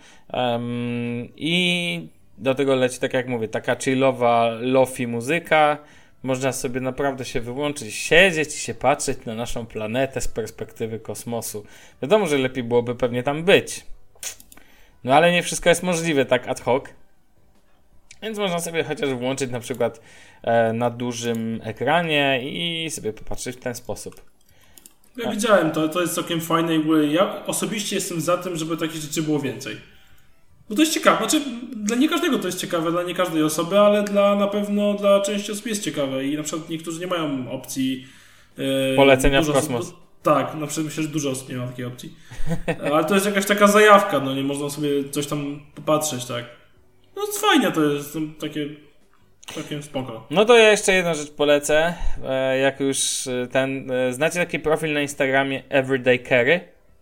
Um, I do tego leci, tak jak mówię, taka chillowa lofi muzyka. Można sobie naprawdę się wyłączyć, siedzieć i się patrzeć na naszą planetę z perspektywy kosmosu. Wiadomo, że lepiej byłoby pewnie tam być. No ale nie wszystko jest możliwe tak ad hoc. Więc można sobie chociaż włączyć na przykład e, na dużym ekranie i sobie popatrzeć w ten sposób. Ja tak. widziałem to, to jest całkiem fajne. Ja osobiście jestem za tym, żeby takich rzeczy było więcej. Bo to jest ciekawe, znaczy dla nie każdego to jest ciekawe, dla nie każdej osoby, ale dla na pewno dla części osób jest ciekawe i na przykład niektórzy nie mają opcji yy, polecenia w kosmos. Osób, tak, na przykład myślę, że dużo osób nie ma takiej opcji. Ale to jest jakaś taka zajawka, no nie można sobie coś tam popatrzeć, tak. No jest fajnie to jest, takie takie spoko. No to ja jeszcze jedną rzecz polecę, jak już ten, znacie taki profil na Instagramie Everyday Carry?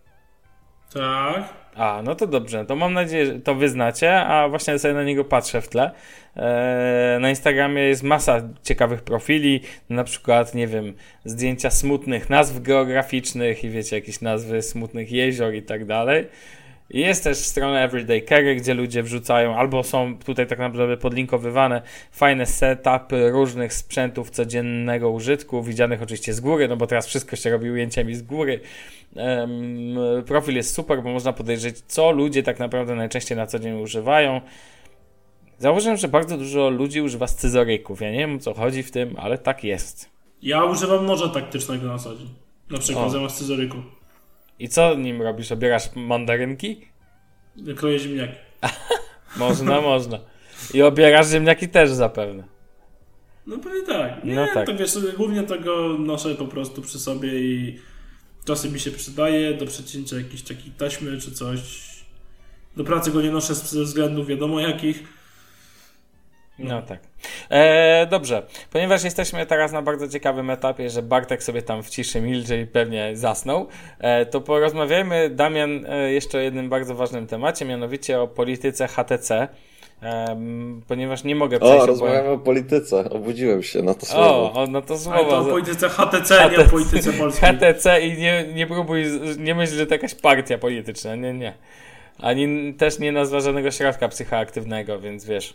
Tak. A, no to dobrze, to mam nadzieję, że to wy znacie, a właśnie sobie na niego patrzę w tle. Eee, na Instagramie jest masa ciekawych profili, na przykład, nie wiem, zdjęcia smutnych nazw geograficznych i wiecie, jakieś nazwy smutnych jezior i tak dalej. I jest też strona Everyday Carry, gdzie ludzie wrzucają, albo są tutaj tak naprawdę podlinkowywane fajne setupy różnych sprzętów codziennego użytku, widzianych oczywiście z góry, no bo teraz wszystko się robi ujęciami z góry. Um, profil jest super, bo można podejrzeć, co ludzie tak naprawdę najczęściej na co dzień używają. Zauważyłem, że bardzo dużo ludzi używa scyzoryków. Ja nie wiem, o co chodzi w tym, ale tak jest. Ja używam noża taktycznego na co dzień. Na przykład O. zamiast scyzoryku. I co nim robisz? Obierasz mandarynki? Kroję ziemniaki. Można, można. I obierasz ziemniaki też zapewne. No pewnie tak. Nie, No tak. to wiesz, głównie tego noszę po prostu przy sobie i czasem mi się przydaje do przecięcia jakiejś takiej taśmy czy coś. Do pracy go nie noszę ze względów wiadomo jakich. No tak. E, dobrze, ponieważ jesteśmy teraz na bardzo ciekawym etapie, że Bartek sobie tam w ciszy milczy i pewnie zasnął, e, to porozmawiajmy, Damian, e, jeszcze o jednym bardzo ważnym temacie, mianowicie o polityce H T C, e, ponieważ nie mogę przejść... O, rozmawiamy o polityce, obudziłem się na to słowo. O, o no to słowo. Ale to o polityce H T C, nie o polityce polskiej. H T C i nie, nie próbuj, nie myśl, że to jakaś partia polityczna, nie, nie. Ani też nie nazwa żadnego środka psychoaktywnego, więc wiesz...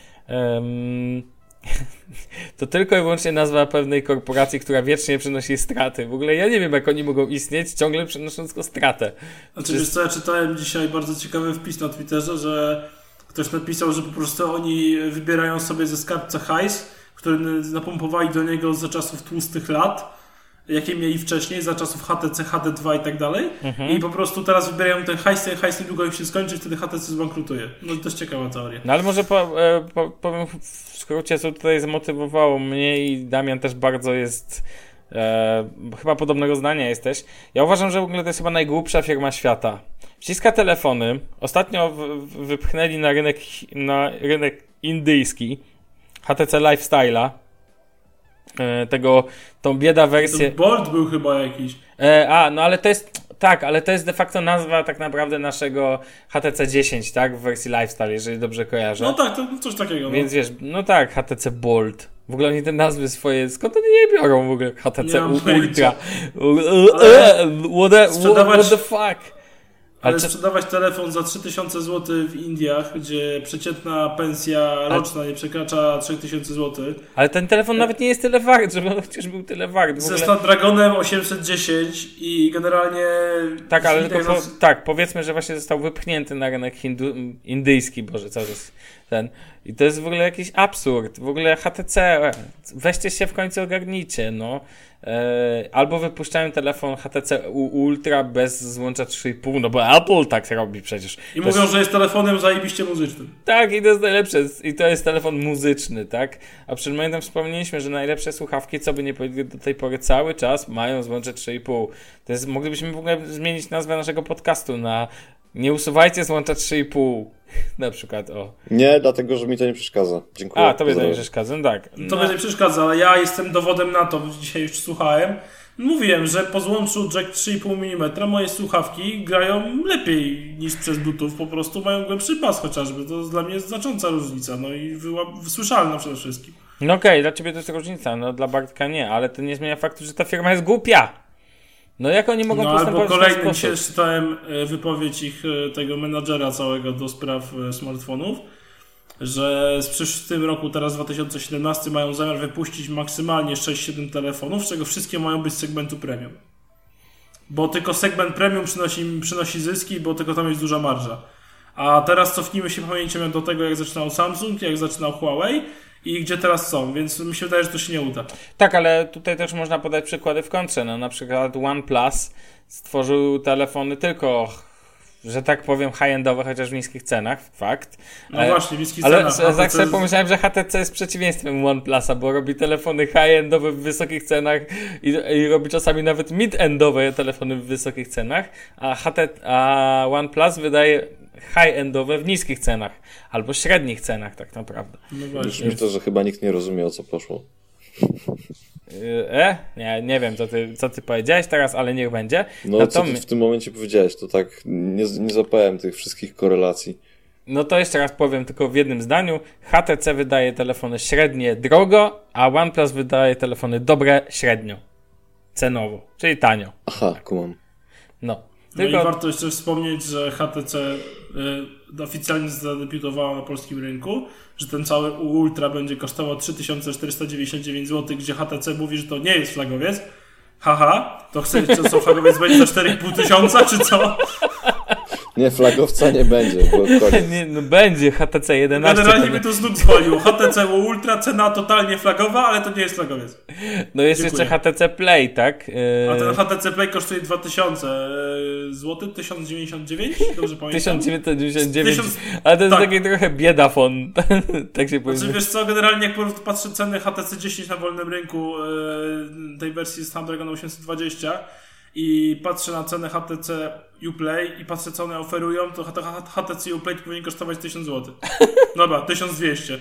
Um, to tylko i wyłącznie nazwa pewnej korporacji, która wiecznie przynosi straty. W ogóle ja nie wiem, jak oni mogą istnieć, ciągle przynosząc tylko stratę. Znaczy, wiesz co, ja czytałem dzisiaj bardzo ciekawy wpis na Twitterze, że ktoś napisał, że po prostu oni wybierają sobie ze skarbca hajs, który napompowali do niego za czasów tłustych lat, jakie mieli wcześniej, za czasów H T C, H D dwa i tak dalej. Mhm. I po prostu teraz wybierają ten hajs, ten hajs niedługo im się skończy, wtedy H T C zbankrutuje. No to jest ciekawa teoria. No ale może po, e, po, powiem w skrócie, co tutaj zmotywowało mnie i Damian też bardzo jest e, chyba podobnego zdania jesteś. Ja uważam, że w ogóle to jest chyba najgłupsza firma świata. Wciska telefony. Ostatnio w, w, wypchnęli na rynek, na rynek indyjski H T C Lifestyle'a. Tego, tą bieda wersję. To Bolt był chyba jakiś. E, a, no ale to jest, tak, ale to jest de facto nazwa tak naprawdę naszego H T C dziesięć, tak, w wersji Lifestyle, jeżeli dobrze kojarzę. No tak, to coś takiego. Więc no. wiesz, no tak, H T C Bolt. W ogóle oni te nazwy swoje, skąd oni je biorą w ogóle? H T C Ultra. What the, sprzedawać... what the fuck? Ale Ale sprzedawać telefon za trzy tysiące złotych w Indiach, gdzie przeciętna pensja roczna nie przekracza trzy tysiące złotych. Ale ten telefon nawet nie jest tyle wart, żeby on chociaż był tyle wart. Ze Snapdragonem osiemset dziesięć i generalnie... Tak, ale tylko po, tak, powiedzmy, że właśnie został wypchnięty na rynek hindu, indyjski, boże, co to jest ten. I to jest w ogóle jakiś absurd. W ogóle H T C, weźcie się w końcu ogarnijcie, no. E, albo wypuszczają telefon H T C Ultra bez złącza trzy i pół, no bo Apple tak robi przecież. I to mówią, jest... że jest telefonem zajebiście muzycznym. Tak, i to jest najlepsze. I to jest telefon muzyczny, tak? A przed momentem wspomnieliśmy, że najlepsze słuchawki, co by nie powiedzieli do tej pory, cały czas mają złącze trzy i pół. To jest, moglibyśmy w ogóle zmienić nazwę naszego podcastu na nie usuwajcie złącza trzy i pół. Na przykład, o. Nie, dlatego, że mi to nie przeszkadza. Dziękuję. A, tobie to nie przeszkadza, no tak. No. Tobie nie przeszkadza, ale ja jestem dowodem na to, dzisiaj już słuchałem. Mówiłem, że po złączu jack trzy i pół milimetra moje słuchawki grają lepiej niż przez Bluetooth, po prostu mają głębszy bas chociażby. To dla mnie jest znacząca różnica, no i wyła- wysłyszalna przede wszystkim. No okej, okay, dla ciebie to jest różnica, no dla Bartka nie, ale to nie zmienia faktu, że ta firma jest głupia. No jak oni mogą no, postępować w ten kolejnym sposób? dzisiaj czytałem wypowiedź ich, tego menadżera całego do spraw smartfonów, że w tym roku, teraz dwa tysiące siedemnastym, mają zamiar wypuścić maksymalnie sześć siedem telefonów, z czego wszystkie mają być z segmentu premium. Bo tylko segment premium przynosi, przynosi zyski, bo tylko tam jest duża marża. A teraz cofnijmy się pamięcią do tego, jak zaczynał Samsung, jak zaczynał Huawei i gdzie teraz są, więc mi się wydaje, że to się nie uda. Tak, ale tutaj też można podać przykłady w kontrze. No, na przykład OnePlus stworzył telefony tylko, że tak powiem, high-endowe, chociaż w niskich cenach, fakt. No e, właśnie, w niskich ale cenach. Ale tak sobie pomyślałem, że H T C jest przeciwieństwem OnePlusa, bo robi telefony high-endowe w wysokich cenach i, i robi czasami nawet mid-endowe telefony w wysokich cenach, a, H T, a OnePlus wydaje high-endowe w niskich cenach, albo średnich cenach tak naprawdę. No właśnie. Już myślę, że chyba nikt nie rozumie, o co poszło. E? Nie, nie wiem, co ty, co ty powiedziałeś teraz, ale niech będzie. No, co ty w tym momencie powiedziałeś, to tak nie, nie złapałem tych wszystkich korelacji. No to jeszcze raz powiem tylko w jednym zdaniu. H T C wydaje telefony średnie drogo, a OnePlus wydaje telefony dobre średnio. Cenowo, czyli tanio. Aha, kumam. No. Tylko... No i warto jeszcze wspomnieć, że H T C y, oficjalnie zadebiutowało na polskim rynku, że ten cały Ultra będzie kosztował trzy tysiące czterysta dziewięćdziesiąt dziewięć złotych, gdzie H T C mówi, że to nie jest flagowiec. Haha, to chcecie, że co flagowiec będzie za cztery i pół tysiąca, czy co? Nie, flagowca nie będzie, bo koniec. Nie, no będzie H T C jedenaście. Generalnie mi to znów zwolił. H T C Ultra, cena totalnie flagowa, ale to nie jest flagowiec. No jest Dziękuję. jeszcze H T C Play, tak? A ten H T C Play kosztuje dwa tysiące złotych, tysiąc dziewięćdziesiąt dziewięć, dobrze pamiętam? tysiąc dziewięćset dziewięćdziesiąt dziewięć, Tysiąc... ale to jest tak. taki trochę biedafon, tak się powiem. Znaczy, wiesz co, generalnie jak patrzę ceny H T C dziesięć na wolnym rynku, tej wersji Snapdragon osiemset dwadzieścia i patrzę na cenę H T C Uplay i patrzę, co one oferują, to H T C Uplay powinien kosztować tysiąc złotych. Dobra, tysiąc dwieście.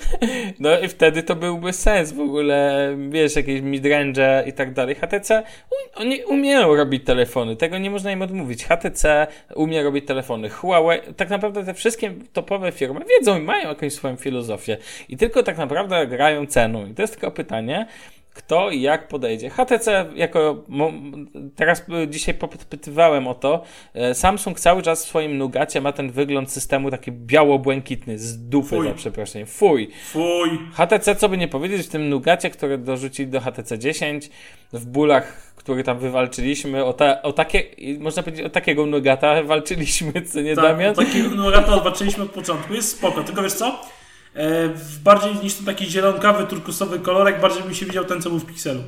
No i wtedy to byłby sens w ogóle, wiesz, jakieś midrange i tak dalej. H T C, oni umieją robić telefony, tego nie można im odmówić. H T C umie robić telefony. Huawei, tak naprawdę te wszystkie topowe firmy wiedzą i mają jakąś swoją filozofię i tylko tak naprawdę grają ceną. I to jest tylko pytanie, kto i jak podejdzie. H T C jako, teraz dzisiaj popytywałem o to, Samsung cały czas w swoim Nugacie ma ten wygląd systemu taki biało-błękitny, z dupy Fuj. za przeproszeniem. Fuj. Fuj. H T C, co by nie powiedzieć, w tym Nugacie, który dorzucili do H T C dziesięć, w bólach, który tam wywalczyliśmy, o, ta, o takie, można powiedzieć, o takiego Nugata walczyliśmy, co nie, tak, Damian? Tak, o takiego Nugata walczyliśmy od początku, jest spoko, tylko wiesz co? E, bardziej niż ten taki zielonkawy, turkusowy kolorek, bardziej bym się widział ten, co był w Pixelu.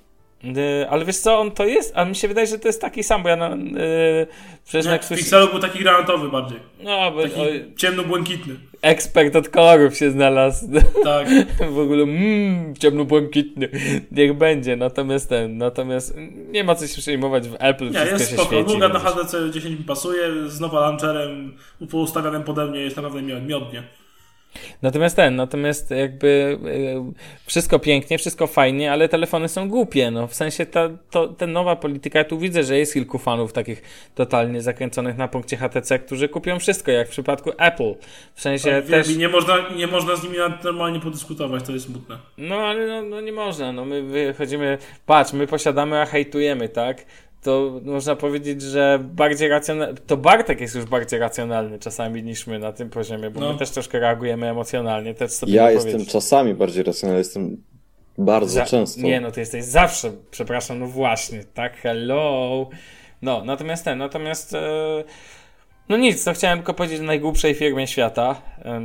Yy, ale wiesz co, on to jest, a mi się wydaje, że to jest taki sam, bo ja na... Yy, przecież Nie, na w Pixelu był taki granatowy bardziej. No, bo... Taki Oj, ciemno-błękitny. ekspert od kolorów się znalazł. Tak. W ogóle, mmm, ciemno-błękitny. Niech będzie, natomiast ten, natomiast nie ma co się przejmować w Apple, nie, wszystko jest się spoko. świeci. Nuga na H T C dziesięć mi pasuje, z nowa launcherem, poustawianym pode mnie jest naprawdę miodnie. Natomiast ten, natomiast jakby yy, wszystko pięknie, wszystko fajnie, ale telefony są głupie, no w sensie ta, to, ta nowa polityka, ja tu widzę, że jest kilku fanów takich totalnie zakręconych na punkcie H T C, którzy kupią wszystko, jak w przypadku Apple, w sensie tak, też... I nie można, nie można z nimi normalnie podyskutować, to jest smutne. No ale no, no nie można, no my wychodzimy, patrz, my posiadamy, a hejtujemy, tak? To można powiedzieć, że bardziej racjonalny, to Bartek jest już bardziej racjonalny czasami niż my na tym poziomie, bo no. my też troszkę reagujemy emocjonalnie. Też sobie ja jestem powiedzieć. czasami bardziej racjonalny, jestem bardzo Za- często. Nie, no ty jesteś zawsze, przepraszam, no właśnie, tak, hello. No, natomiast ten, natomiast... E- No nic, to chciałem tylko powiedzieć o najgłupszej firmie świata.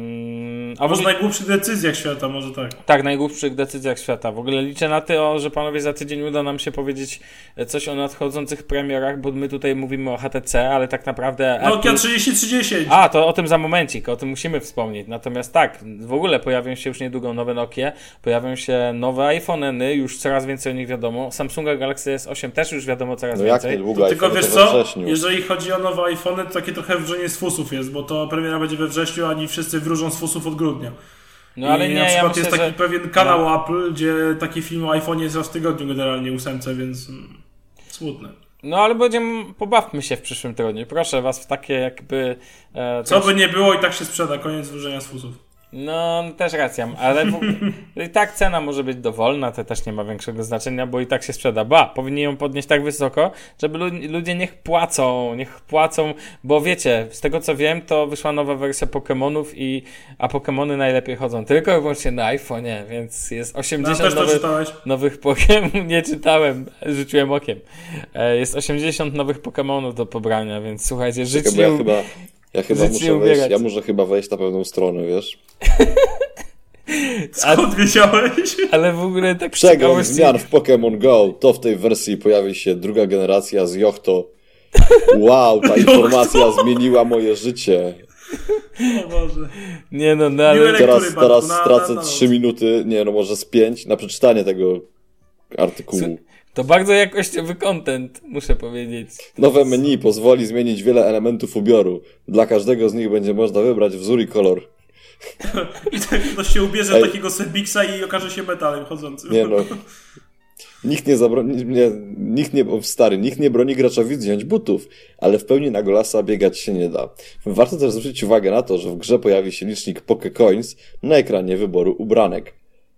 Um, a może w najgłupszych decyzjach świata, może tak. Tak, najgłupszych decyzjach świata. W ogóle liczę na to, że panowie za tydzień uda nam się powiedzieć coś o nadchodzących premierach, bo my tutaj mówimy o H T C, ale tak naprawdę... Nokia Apple... trzydzieści trzydzieści. A, to o tym za momencik, o tym musimy wspomnieć. Natomiast tak, w ogóle pojawią się już niedługo nowe Nokie, pojawią się nowe iPhone'y, już coraz więcej o nich wiadomo. Samsunga Galaxy S osiem też już wiadomo coraz no więcej. Jak niedługo, tylko wiesz co, jeżeli chodzi o nowe iPhone'y, to takie trochę wrzenie z fusów jest, bo to premiera będzie we wrześniu, a oni wszyscy wróżą z fusów od grudnia. No ale I nie, na przykład ja myślę, jest taki że... pewien kanał no. Apple, gdzie taki film o iPhone'ie jest raz w tygodniu generalnie ósemce, więc mm, smutne. No ale będziemy, pobawmy się w przyszłym tygodniu. Proszę was w takie jakby... E, Co by nie było i tak się sprzeda, koniec wróżenia z fusów. No, też racja, ale w, i tak cena może być dowolna, to też nie ma większego znaczenia, bo i tak się sprzeda. Ba, powinni ją podnieść tak wysoko, żeby ludzie niech płacą, niech płacą, bo wiecie, z tego co wiem, to wyszła nowa wersja Pokemonów, i, a Pokemony najlepiej chodzą tylko i wyłącznie na iPhone'ie, więc jest osiemdziesiąt no, nowy, nowych Pokemonów, nie czytałem, rzuciłem okiem. Jest osiemdziesiąt nowych Pokemonów do pobrania, więc słuchajcie, żyć nie... Ja chyba... Ja chyba muszę wejść, ja muszę chyba wejść na pewną stronę, wiesz? Skąd A, wiedziałeś? Ale w ogóle tak przegląd ciekawości... zmian w Pokémon Go. To w tej wersji pojawi się druga generacja z Yohto. Wow, ta informacja zmieniła moje życie. O Boże. Nie no, no ale... Teraz, teraz na, stracę na, na trzy minuty, nie no może z pięć na przeczytanie tego artykułu. To bardzo jakościowy content, muszę powiedzieć. Nowe menu pozwoli zmienić wiele elementów ubioru. Dla każdego z nich będzie można wybrać wzór i kolor. I tak ktoś się ubierze w takiego Sebiksa i okaże się metalem chodzącym. Nie no. Nikt nie zabroni, nie, nikt nie, stary, nikt nie broni graczowi zdjąć butów, ale w pełni na golasa biegać się nie da. Warto też zwrócić uwagę na to, że w grze pojawi się licznik Pokecoins na ekranie wyboru ubranek.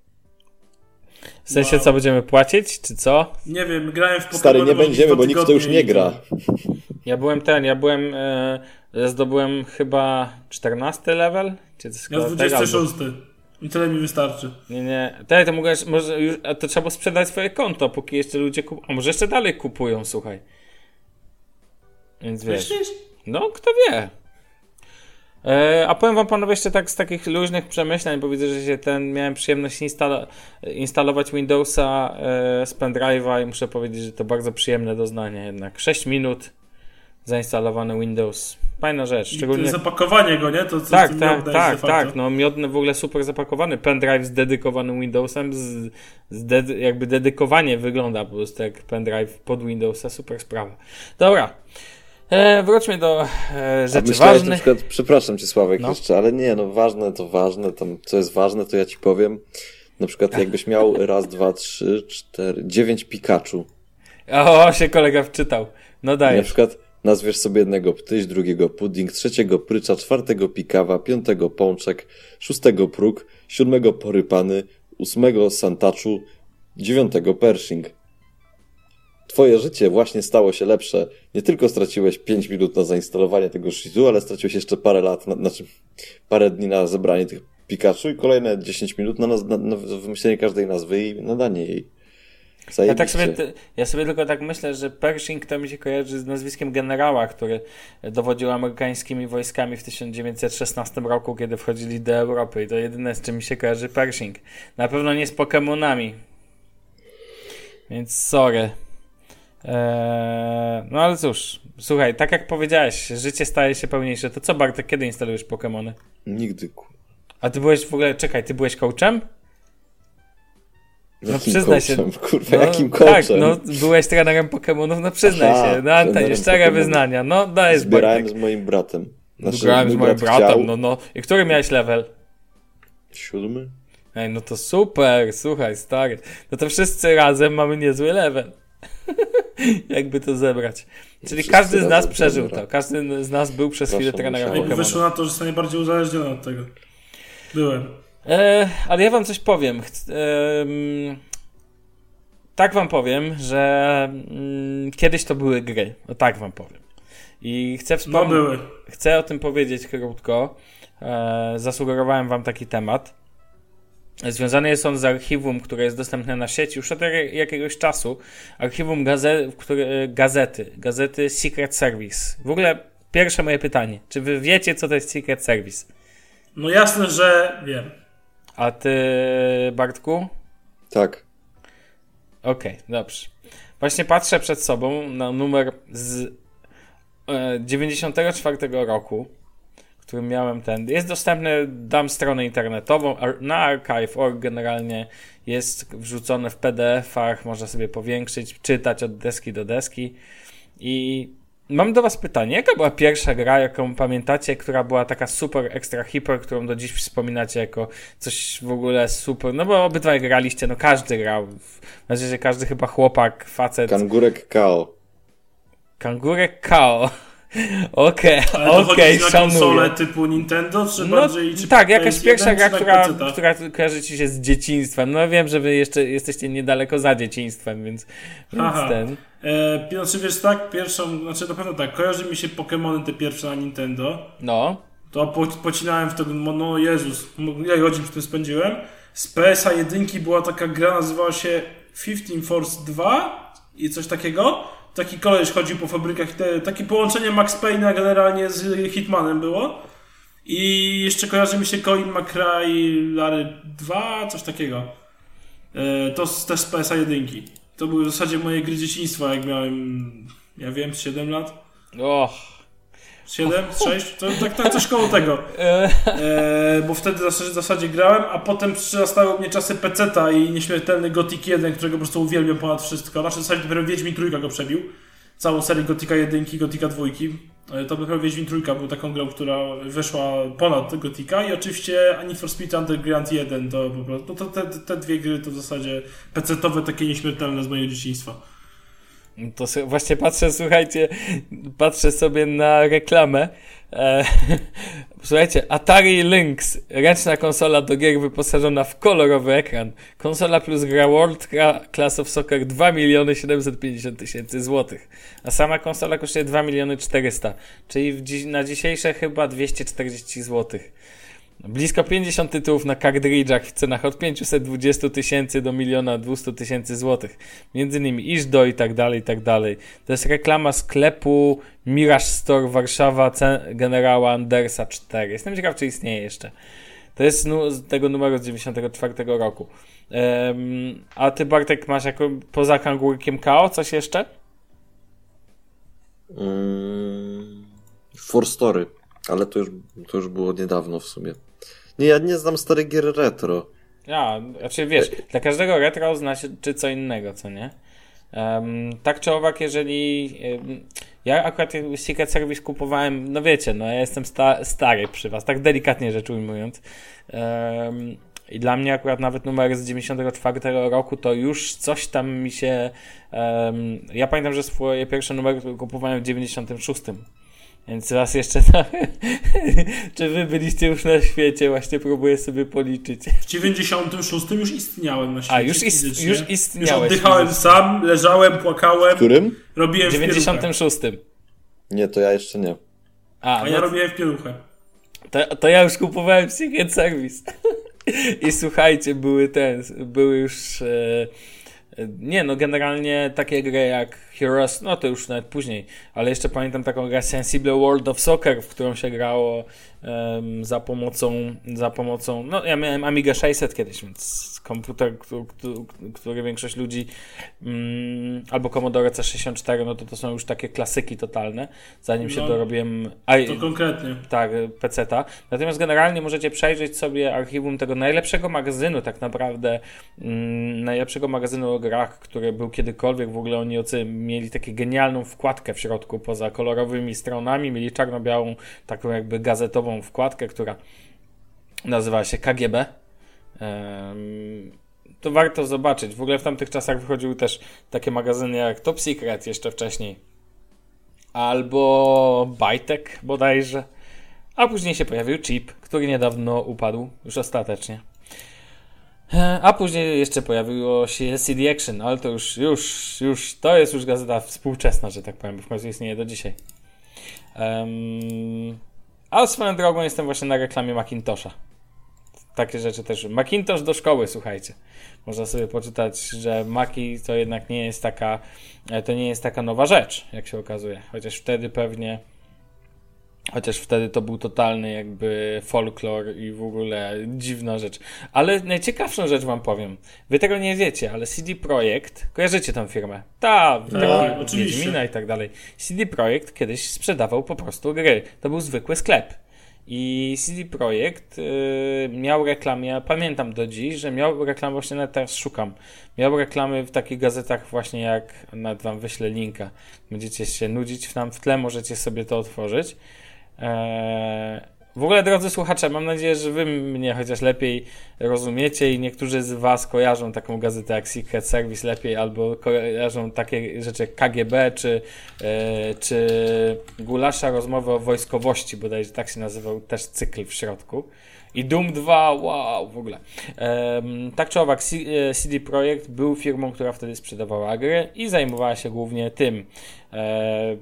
W sensie, co, będziemy płacić, czy co? Nie wiem, grałem w Pokémon. Stary, nie będziemy, bo nikt w to już nie gra. Ja byłem ten, ja byłem, e, zdobyłem chyba czternasty level? Czy coś ja dwudziesty szósty. I tyle mi wystarczy. Nie, nie. Tutaj to mogłeś, może już, to trzeba sprzedać swoje konto, póki jeszcze ludzie kupują. A może jeszcze dalej kupują, słuchaj. Więc wiesz. Myślisz? No, kto wie. E, a powiem wam panowie jeszcze tak z takich luźnych przemyśleń, bo widzę, że się ten, miałem przyjemność instalo- instalować Windowsa e, z pendrive'a i muszę powiedzieć, że to bardzo przyjemne doznanie jednak. sześć minut zainstalowany Windows Fajna rzecz. Szczególnie... I zapakowanie go, nie? To, co tak, tak, tak, tak. No miodny w ogóle super zapakowany. Pendrive z dedykowanym Windowsem, z, z dedy, jakby dedykowanie wygląda po prostu jak pendrive pod Windowsa. Super sprawa. Dobra. E, wróćmy do e, rzeczy ważnych. Na przykład, przepraszam cię Sławek no. jeszcze, ale nie, no ważne to ważne, tam co jest ważne to ja ci powiem. Na przykład jakbyś miał raz, dwa, trzy, cztery, dziewięć Pikachu. O, się kolega wczytał. No daj. Na przykład nazwiesz sobie jednego Ptyś, drugiego Pudding, trzeciego Prycza, czwartego Pikawa, piątego Pączek, szóstego Próg, siódmego Porypany, ósmego Santaczu, dziewiątego Pershing. Twoje życie właśnie stało się lepsze. Nie tylko straciłeś pięć minut na zainstalowanie tego shitu, ale straciłeś jeszcze parę lat, na, znaczy parę dni na zebranie tych Pikachu i kolejne dziesięć minut na, na, na wymyślenie każdej nazwy i nadanie jej. Ja, tak sobie, ja sobie tylko tak myślę, że Pershing to mi się kojarzy z nazwiskiem generała, który dowodził amerykańskimi wojskami w tysiąc dziewięćset szesnastym roku, kiedy wchodzili do Europy i to jedyne, z czym mi się kojarzy Pershing. Na pewno nie z Pokemonami. Więc sorry. Eee, no ale cóż, słuchaj, tak jak powiedziałeś, życie staje się pełniejsze. To co, Bartek, kiedy instalujesz Pokemony? Nigdy. A ty byłeś w ogóle, czekaj, ty byłeś coachem? No jakim przyznaj coachem? się. Kurwa, no, jakim coachem? Tak, no byłeś trenerem Pokemonów, no przyznaj Aha, się. No antenie, szczere wyznania. No dajesz, Zbierałem Bartek. z moim bratem. Znaczy, Grałem z moim brat bratem, chciał... no no. I który miałeś level? Siódmy? Ej, no to super, słuchaj, stary. No to wszyscy razem mamy niezły level. Jakby to zebrać. Czyli Wszyscy każdy z nas razem przeżył trenera. to. Każdy z nas był przez chwilę Proszę, trenerem musiałem. Pokemonów. Wyszło na to, że jestem najbardziej uzależniony od tego. Byłem. E, ale ja wam coś powiem. Ch- e, mm, tak wam powiem, że mm, kiedyś to były gry. No tak wam powiem. I chcę No wspomnieć. były. Chcę o tym powiedzieć krótko. E, zasugerowałem wam taki temat. Związany jest on z archiwum, które jest dostępne na sieci już od jakiegoś czasu. Archiwum gaze- które, gazety. Gazety Secret Service. W ogóle pierwsze moje pytanie. Czy wy wiecie, co to jest Secret Service? No jasne, że wiem. A ty, Bartku? Tak. Okej, okay, dobrze. Właśnie patrzę przed sobą na numer z e, dziewięćdziesiątego czwartego roku, którym miałem ten. Jest dostępny, dam stronę internetową, ar, na archive kropka org generalnie jest wrzucone w P D F-ach, można sobie powiększyć, czytać od deski do deski. I mam do was pytanie, jaka była pierwsza gra, jaką pamiętacie, która była taka super, ekstra hiper, którą do dziś wspominacie jako coś w ogóle super, no bo obydwaj graliście, no każdy grał, w razie, każdy chyba chłopak, facet. Kangurek K O. Kangurek K O. Okej, Ale to okej, chodzi na szanuję. konsolę typu Nintendo, czy No, bardziej... Czy tak, jakaś pierwsza P S jeden, gra, czy na która, peceta? która kojarzy ci się z dzieciństwem. No wiem, że wy jeszcze jesteście niedaleko za dzieciństwem, więc, więc Aha. ten... E, znaczy wiesz tak, pierwszą, znaczy na pewno tak, kojarzy mi się Pokemony te pierwsze na Nintendo. No. To po, pocinałem wtedy, no Jezus, ile godzin w tym spędziłem. Z P S a jeden była taka gra, nazywała się Fifteen Force dwa i coś takiego. Taki koleś chodził po fabrykach, te, takie połączenie Max Payne'a generalnie z Hitmanem było. I jeszcze kojarzy mi się Colin McRae Larry dwa, coś takiego. E, to z, też z P S a jeden. To były w zasadzie moje gry dzieciństwa, jak miałem, ja wiem, siedem lat. Och. siedem, sześć, to tak, tak coś koło tego. E, bo wtedy w zasadzie, w zasadzie grałem, a potem przyrastały mnie czasy peceta i nieśmiertelny Gothic jeden, którego po prostu uwielbiam ponad wszystko. Znaczy w zasadzie dopiero Wiedźmin trójka go przebił. Całą serię Gothica jeden, Gothica dwa. E, to dopiero Wiedźmin trójka był taką grą, która wyszła ponad Gothica i oczywiście Need for Speed Underground jeden to po prostu, to te, te dwie gry to w zasadzie pecetowe, takie nieśmiertelne z mojego dzieciństwa. To so, właśnie patrzę, słuchajcie, patrzę sobie na reklamę. E, słuchajcie, Atari Lynx, ręczna konsola do gier wyposażona w kolorowy ekran. Konsola plus gra World Class of Soccer dwa miliony siedemset pięćdziesiąt tysięcy złotych. A sama konsola kosztuje dwa miliony czterysta, czyli w dzi- na dzisiejsze chyba dwieście czterdzieści złotych. Blisko pięćdziesiąt tytułów na kartridżach w cenach od pięćset dwadzieścia tysięcy do miliona dwieście tysięcy złotych. Między innymi Iżdo i tak dalej, i tak dalej. To jest reklama sklepu Mirage Store Warszawa generała Andersa cztery. Jestem ciekaw, czy istnieje jeszcze. To jest nu- z tego numeru z dziewięćdziesiątego czwartego roku. Um, a ty, Bartek, masz jako poza Kangurkiem K O coś jeszcze? Mm, For Story, ale to już, to już było niedawno w sumie. Nie, ja nie znam starych gier retro. Ja, znaczy wiesz, dla każdego retro znaczy co innego, co nie? Um, tak czy owak, jeżeli um, ja akurat Secret Service kupowałem, no wiecie, no ja jestem sta- stary przy was, tak delikatnie rzecz ujmując. Um, I dla mnie akurat nawet numer z dziewięćdziesiątego czwartego roku to już coś tam mi się... Um, ja pamiętam, że swoje pierwsze numery kupowałem w dziewięćdziesiątym szóstym. Więc raz jeszcze to... Czy wy byliście już na świecie? Właśnie próbuję sobie policzyć. W dziewięćdziesiątym szóstym już istniałem na świecie. A, już, ist, już istniałeś. Już oddychałem sam, leżałem, płakałem. W którym? Robiłem w dziewięćdziesiątym szóstym. Nie, to ja jeszcze nie. A, A no ja robiłem w pieluchę. To, to ja już kupowałem Secret Service. I słuchajcie, były te, były już... E, nie, no generalnie takie gry jak Heroes, no to już nawet później, ale jeszcze pamiętam taką grę Sensible World of Soccer, w którą się grało um, za pomocą, za pomocą, no ja miałem Amiga sześćset kiedyś, więc komputer, który, który większość ludzi um, albo Commodore C sześćdziesiąt cztery, no to to są już takie klasyki totalne, zanim no, się dorobiłem... A, to konkretnie. Tak, peceta. Natomiast generalnie możecie przejrzeć sobie archiwum tego najlepszego magazynu tak naprawdę, um, najlepszego magazynu o grach, który był kiedykolwiek, w ogóle oni ocy mieli taką genialną wkładkę w środku, poza kolorowymi stronami, mieli czarno-białą, taką jakby gazetową wkładkę, która nazywała się K G B. Um, to warto zobaczyć. W ogóle w tamtych czasach wychodziły też takie magazyny jak Top Secret jeszcze wcześniej. Albo Bytek bodajże. A później się pojawił Chip, który niedawno upadł, już ostatecznie. A później jeszcze pojawiło się C D Action, ale to już, już, już, to jest już gazeta współczesna, że tak powiem, bo w końcu istnieje do dzisiaj. Um, a swoją drogą jestem właśnie na reklamie Macintosha. Takie rzeczy też. Macintosh do szkoły, słuchajcie. Można sobie poczytać, że Maci to jednak nie jest taka, to nie jest taka nowa rzecz, jak się okazuje. Chociaż wtedy pewnie Chociaż wtedy to był totalny jakby folklor i w ogóle dziwna rzecz. Ale najciekawszą rzecz wam powiem. Wy tego nie wiecie, ale C D Projekt, kojarzycie tą firmę? Ta, no, oczywiście. Wiedźmina i tak dalej. C D Projekt kiedyś sprzedawał po prostu gry. To był zwykły sklep. I C D Projekt yy, miał reklamy, ja pamiętam do dziś, że miał reklamy, właśnie nawet teraz szukam, miał reklamy w takich gazetach właśnie jak, nawet wam wyślę linka, będziecie się nudzić tam w tle, możecie sobie to otworzyć. Eee, w ogóle, drodzy słuchacze, mam nadzieję, że wy mnie chociaż lepiej rozumiecie i niektórzy z was kojarzą taką gazetę jak Secret Service lepiej, albo kojarzą takie rzeczy jak K G B, czy, e, czy Gulasza, rozmowy o wojskowości, bodajże tak się nazywał też cykl w środku. I Doom dwa, wow, w ogóle. Ehm, tak czy owak, C D Projekt był firmą, która wtedy sprzedawała gry i zajmowała się głównie tym. Ehm,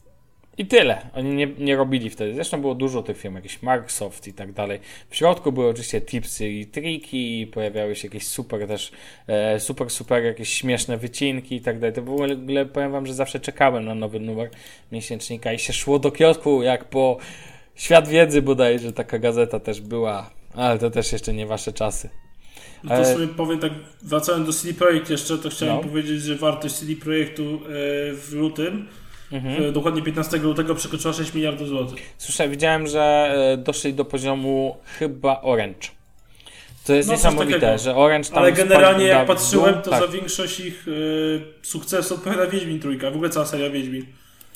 I tyle. Oni nie, nie robili wtedy. Zresztą było dużo tych firm, jakieś Microsoft i tak dalej. W środku były oczywiście tipsy i triki, pojawiały się jakieś super też, e, super, super jakieś śmieszne wycinki i tak dalej. To w ogóle powiem wam, że zawsze czekałem na nowy numer miesięcznika i się szło do kiosku, jak po Świat Wiedzy bodajże taka gazeta też była, ale to też jeszcze nie wasze czasy. No to sobie powiem tak, wracając do C D Projekt jeszcze, to chciałem no. powiedzieć, że wartość C D Projektu e, w lutym Mhm. Dokładnie piętnastego lutego przekroczyła sześć miliardów złotych. Słyszę, widziałem, że doszli do poziomu chyba Orange. To jest no, niesamowite, że Orange tam... Ale generalnie jak patrzyłem, to tak. za większość ich y, sukcesu odpowiada Wiedźmin trójka. W ogóle cała seria Wiedźmin.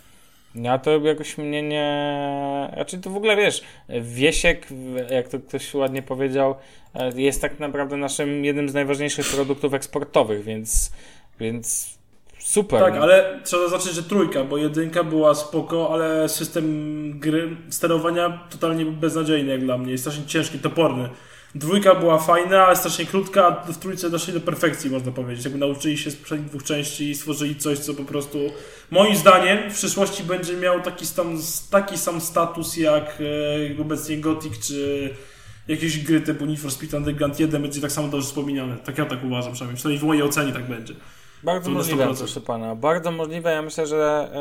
Ja to jakoś mnie nie... Znaczy to w ogóle wiesz, Wiesiek, jak to ktoś ładnie powiedział, jest tak naprawdę naszym jednym z najważniejszych produktów eksportowych, więc... więc... Super. Tak, ale trzeba zaznaczyć, że trójka, bo jedynka była spoko, ale system gry, sterowania totalnie beznadziejny jak dla mnie. Jest strasznie ciężki, toporny. Dwójka była fajna, ale strasznie krótka, a w trójce doszli do perfekcji, można powiedzieć. Jakby nauczyli się z poprzednich dwóch części i stworzyli coś, co po prostu moim zdaniem w przyszłości będzie miał taki, tam, taki sam status jak e, obecnie Gothic, czy jakieś gry typu Need for Speed Underground jeden będzie tak samo dobrze wspominane. Tak ja tak uważam, przynajmniej. Przynajmniej w mojej ocenie tak będzie. Bardzo możliwe, proszę pana. Bardzo możliwe. Ja myślę, że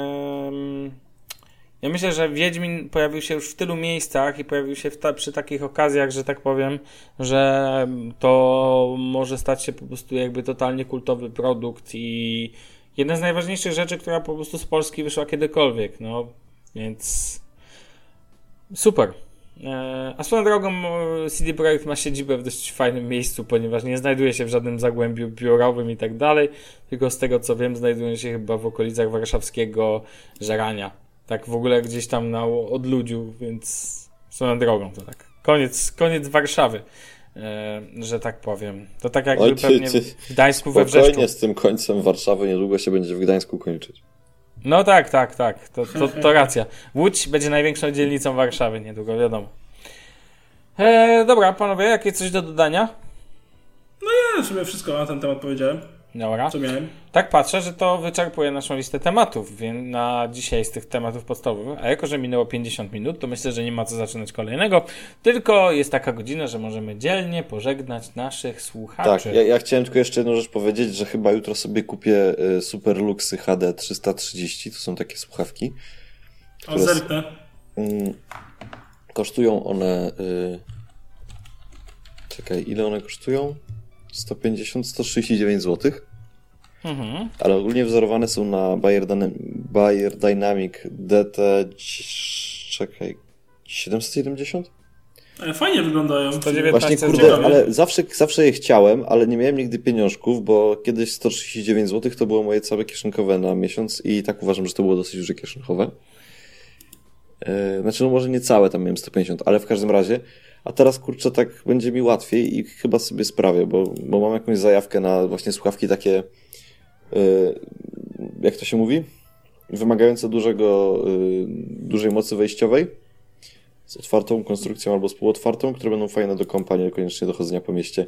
yy, ja myślę, że Wiedźmin pojawił się już w tylu miejscach i pojawił się w ta, przy takich okazjach, że tak powiem, że to może stać się po prostu jakby totalnie kultowy produkt i jedna z najważniejszych rzeczy, która po prostu z Polski wyszła kiedykolwiek, no, więc Super. A swoją drogą C D Projekt ma siedzibę w dość fajnym miejscu, ponieważ nie znajduje się w żadnym zagłębiu biurowym i tak dalej, tylko z tego co wiem znajduje się chyba w okolicach warszawskiego Żerania. Tak w ogóle gdzieś tam na odludziu, więc swoją drogą to tak. Koniec, koniec Warszawy, e, że tak powiem. To tak jakby Oj, ty, pewnie ty, w Gdańsku we Wrzeszczu. Spokojnie z tym końcem Warszawy, niedługo się będzie w Gdańsku kończyć. No tak, tak, tak. To, to, to racja. Łódź będzie największą dzielnicą Warszawy niedługo, wiadomo. E, dobra, panowie, jakieś coś do dodania? No ja sobie wszystko na ten temat powiedziałem. Dobra. Co miałem? Tak patrzę, że to wyczerpuje naszą listę tematów więc na dzisiaj z tych tematów podstawowych, a jako, że minęło pięćdziesiąt minut, to myślę, że nie ma co zaczynać kolejnego, tylko jest taka godzina, że możemy dzielnie pożegnać naszych słuchaczy. Tak, ja, ja chciałem tylko jeszcze jedną rzecz powiedzieć, że chyba jutro sobie kupię y, Super Luxy H D trzysta trzydzieści, to są takie słuchawki. O, zerknę. Y, kosztują one... Y, czekaj, ile one kosztują? sto pięćdziesiąt do stu trzydziestu dziewięciu złotych. Mhm. Ale ogólnie wzorowane są na Bayer, Bayer Dynamic D T czekaj, siedemset siedemdziesiąt? Fajnie wyglądają. sto dziewiętnaście Właśnie kurde, ale zawsze, zawsze je chciałem, ale nie miałem nigdy pieniążków, bo kiedyś sto trzydzieści dziewięć złotych to było moje całe kieszonkowe na miesiąc i tak uważam, że to było dosyć duże kieszonkowe. Yy, znaczy no może nie całe, tam miałem sto pięćdziesiąt, ale w każdym razie. A teraz kurczę tak będzie mi łatwiej i chyba sobie sprawię, bo, bo mam jakąś zajawkę na właśnie słuchawki takie yy, jak to się mówi? Wymagające dużego, yy, dużej mocy wejściowej z otwartą konstrukcją albo z półotwartą, które będą fajne do kompa, niekoniecznie do chodzenia po mieście.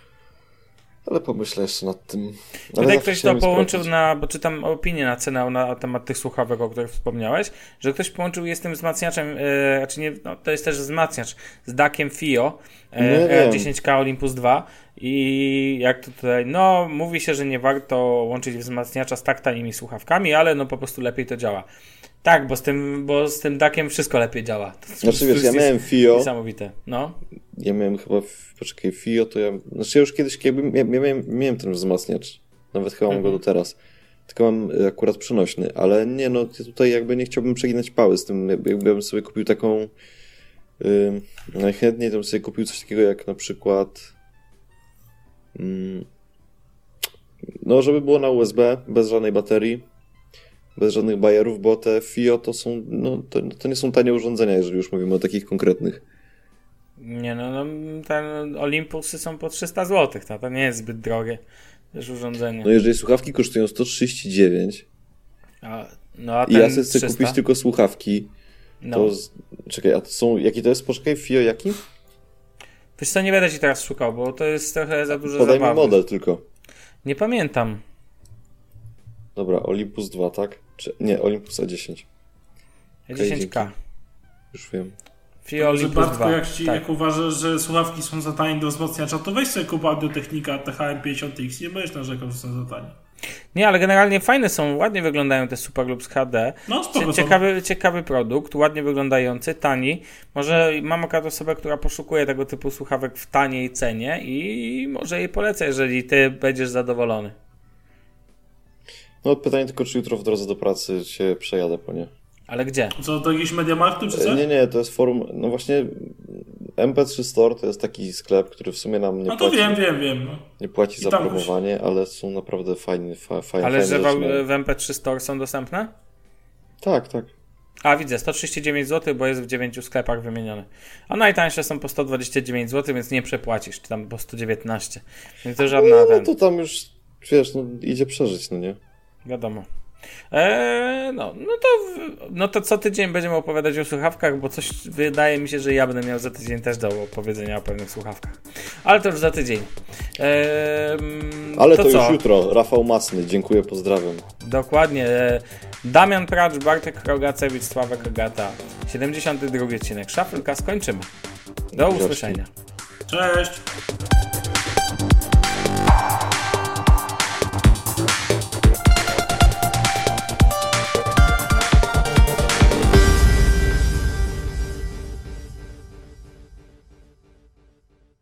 Ale pomyślę jeszcze nad tym. Ale Tutaj ktoś to połączył sprawdzić. na, bo czytam opinię na cenę na temat tych słuchawek, o których wspomniałeś, że ktoś połączył je z tym wzmacniaczem, e, znaczy nie, no, to jest też wzmacniacz z dakiem Fio e, No ja E wiem. dziesięć K Olympus dwa i jak to tutaj, no mówi się, że nie warto łączyć wzmacniacza z tak tanimi słuchawkami, ale no po prostu lepiej to działa. Tak, bo z tym, bo z tym dakiem wszystko lepiej działa. To Znaczy wiesz, ja jest miałem Fio. Niesamowite, no. Ja miałem chyba, poczekaj, Fio to ja... Znaczy ja już kiedyś jakby ja miałem, miałem ten wzmacniacz. Nawet chyba mam Mhm. go do teraz. Tylko mam akurat przenośny. Ale nie, no ja tutaj jakby nie chciałbym przeginać pały z tym. Jakbym sobie kupił taką... Yy, najchętniej to bym sobie kupił coś takiego jak na przykład... Yy, no, żeby było na U S B, bez żadnej baterii. Bez żadnych bajerów, bo te Fio to są... No, to, to nie są tanie urządzenia, jeżeli już mówimy o takich konkretnych. Nie no, no te Olympusy są po trzysta złotych, to, to nie jest zbyt drogie też urządzenie. No jeżeli słuchawki kosztują sto trzydzieści dziewięć A, no, a i ja ten sobie chcę trzysta? kupić tylko słuchawki, No. to... Z... Czekaj, a to są... Jaki to jest? Poczekaj, Fio jaki? Wiesz co, nie będę ci teraz szukał, bo to jest trochę za dużo Podaj mi zabawy. model tylko. Nie pamiętam. Dobra, Olympus dwa, tak? Czy... Nie, Olympus A dziesięć. dziesięć K. Już wiem. Fio Że Olympus Bartku, dwa. jak, ci, Tak. jak uważasz, że słuchawki są za tanie do wzmacniacza, to weź sobie kup Audio-Technica T H M pięćdziesiąt X, nie będziesz narzekał, że są za tanie. Nie, ale generalnie fajne są, ładnie wyglądają te Superlux H D. No spoko są. Ciekawy, ciekawy produkt, ładnie wyglądający, tani. Może mam akurat osobę, która poszukuje tego typu słuchawek w taniej cenie i może jej polecę, jeżeli ty będziesz zadowolony. No pytanie tylko, czy jutro w drodze do pracy się przejadę po nie. Ale gdzie? Co, do jakiegoś Mediamarktu czy co? Nie, nie, to jest forum... No właśnie M P trzy Store to jest taki sklep, który w sumie nam nie No to płaci, wiem, wiem, wiem. No. nie płaci I za tam promowanie, ale są naprawdę fajne, fa, fajne, Ale fajne że rzeczy. w, w M P trzy Store są dostępne? Tak, tak. A widzę, sto trzydzieści dziewięć złotych, bo jest w dziewięciu sklepach wymienione. A najtańsze są po sto dwadzieścia dziewięć złotych, więc nie przepłacisz, czy tam po sto dziewiętnaście. Więc to żadna No ten, to tam już, wiesz, no idzie przeżyć, no nie? wiadomo. Eee, no, no, to, no to co tydzień będziemy opowiadać o słuchawkach, bo coś wydaje mi się, że ja będę miał za tydzień też do opowiedzenia o pewnych słuchawkach. Ale to już za tydzień. Eee, Ale to, to co? już jutro. Rafał Masny, dziękuję, pozdrawiam. Dokładnie. Damian Pracz, Bartek Rogacewicz, Sławek Rogata. siedemdziesiąty drugi odcinek Shufflecast. Skończymy. Do usłyszenia. Cześć!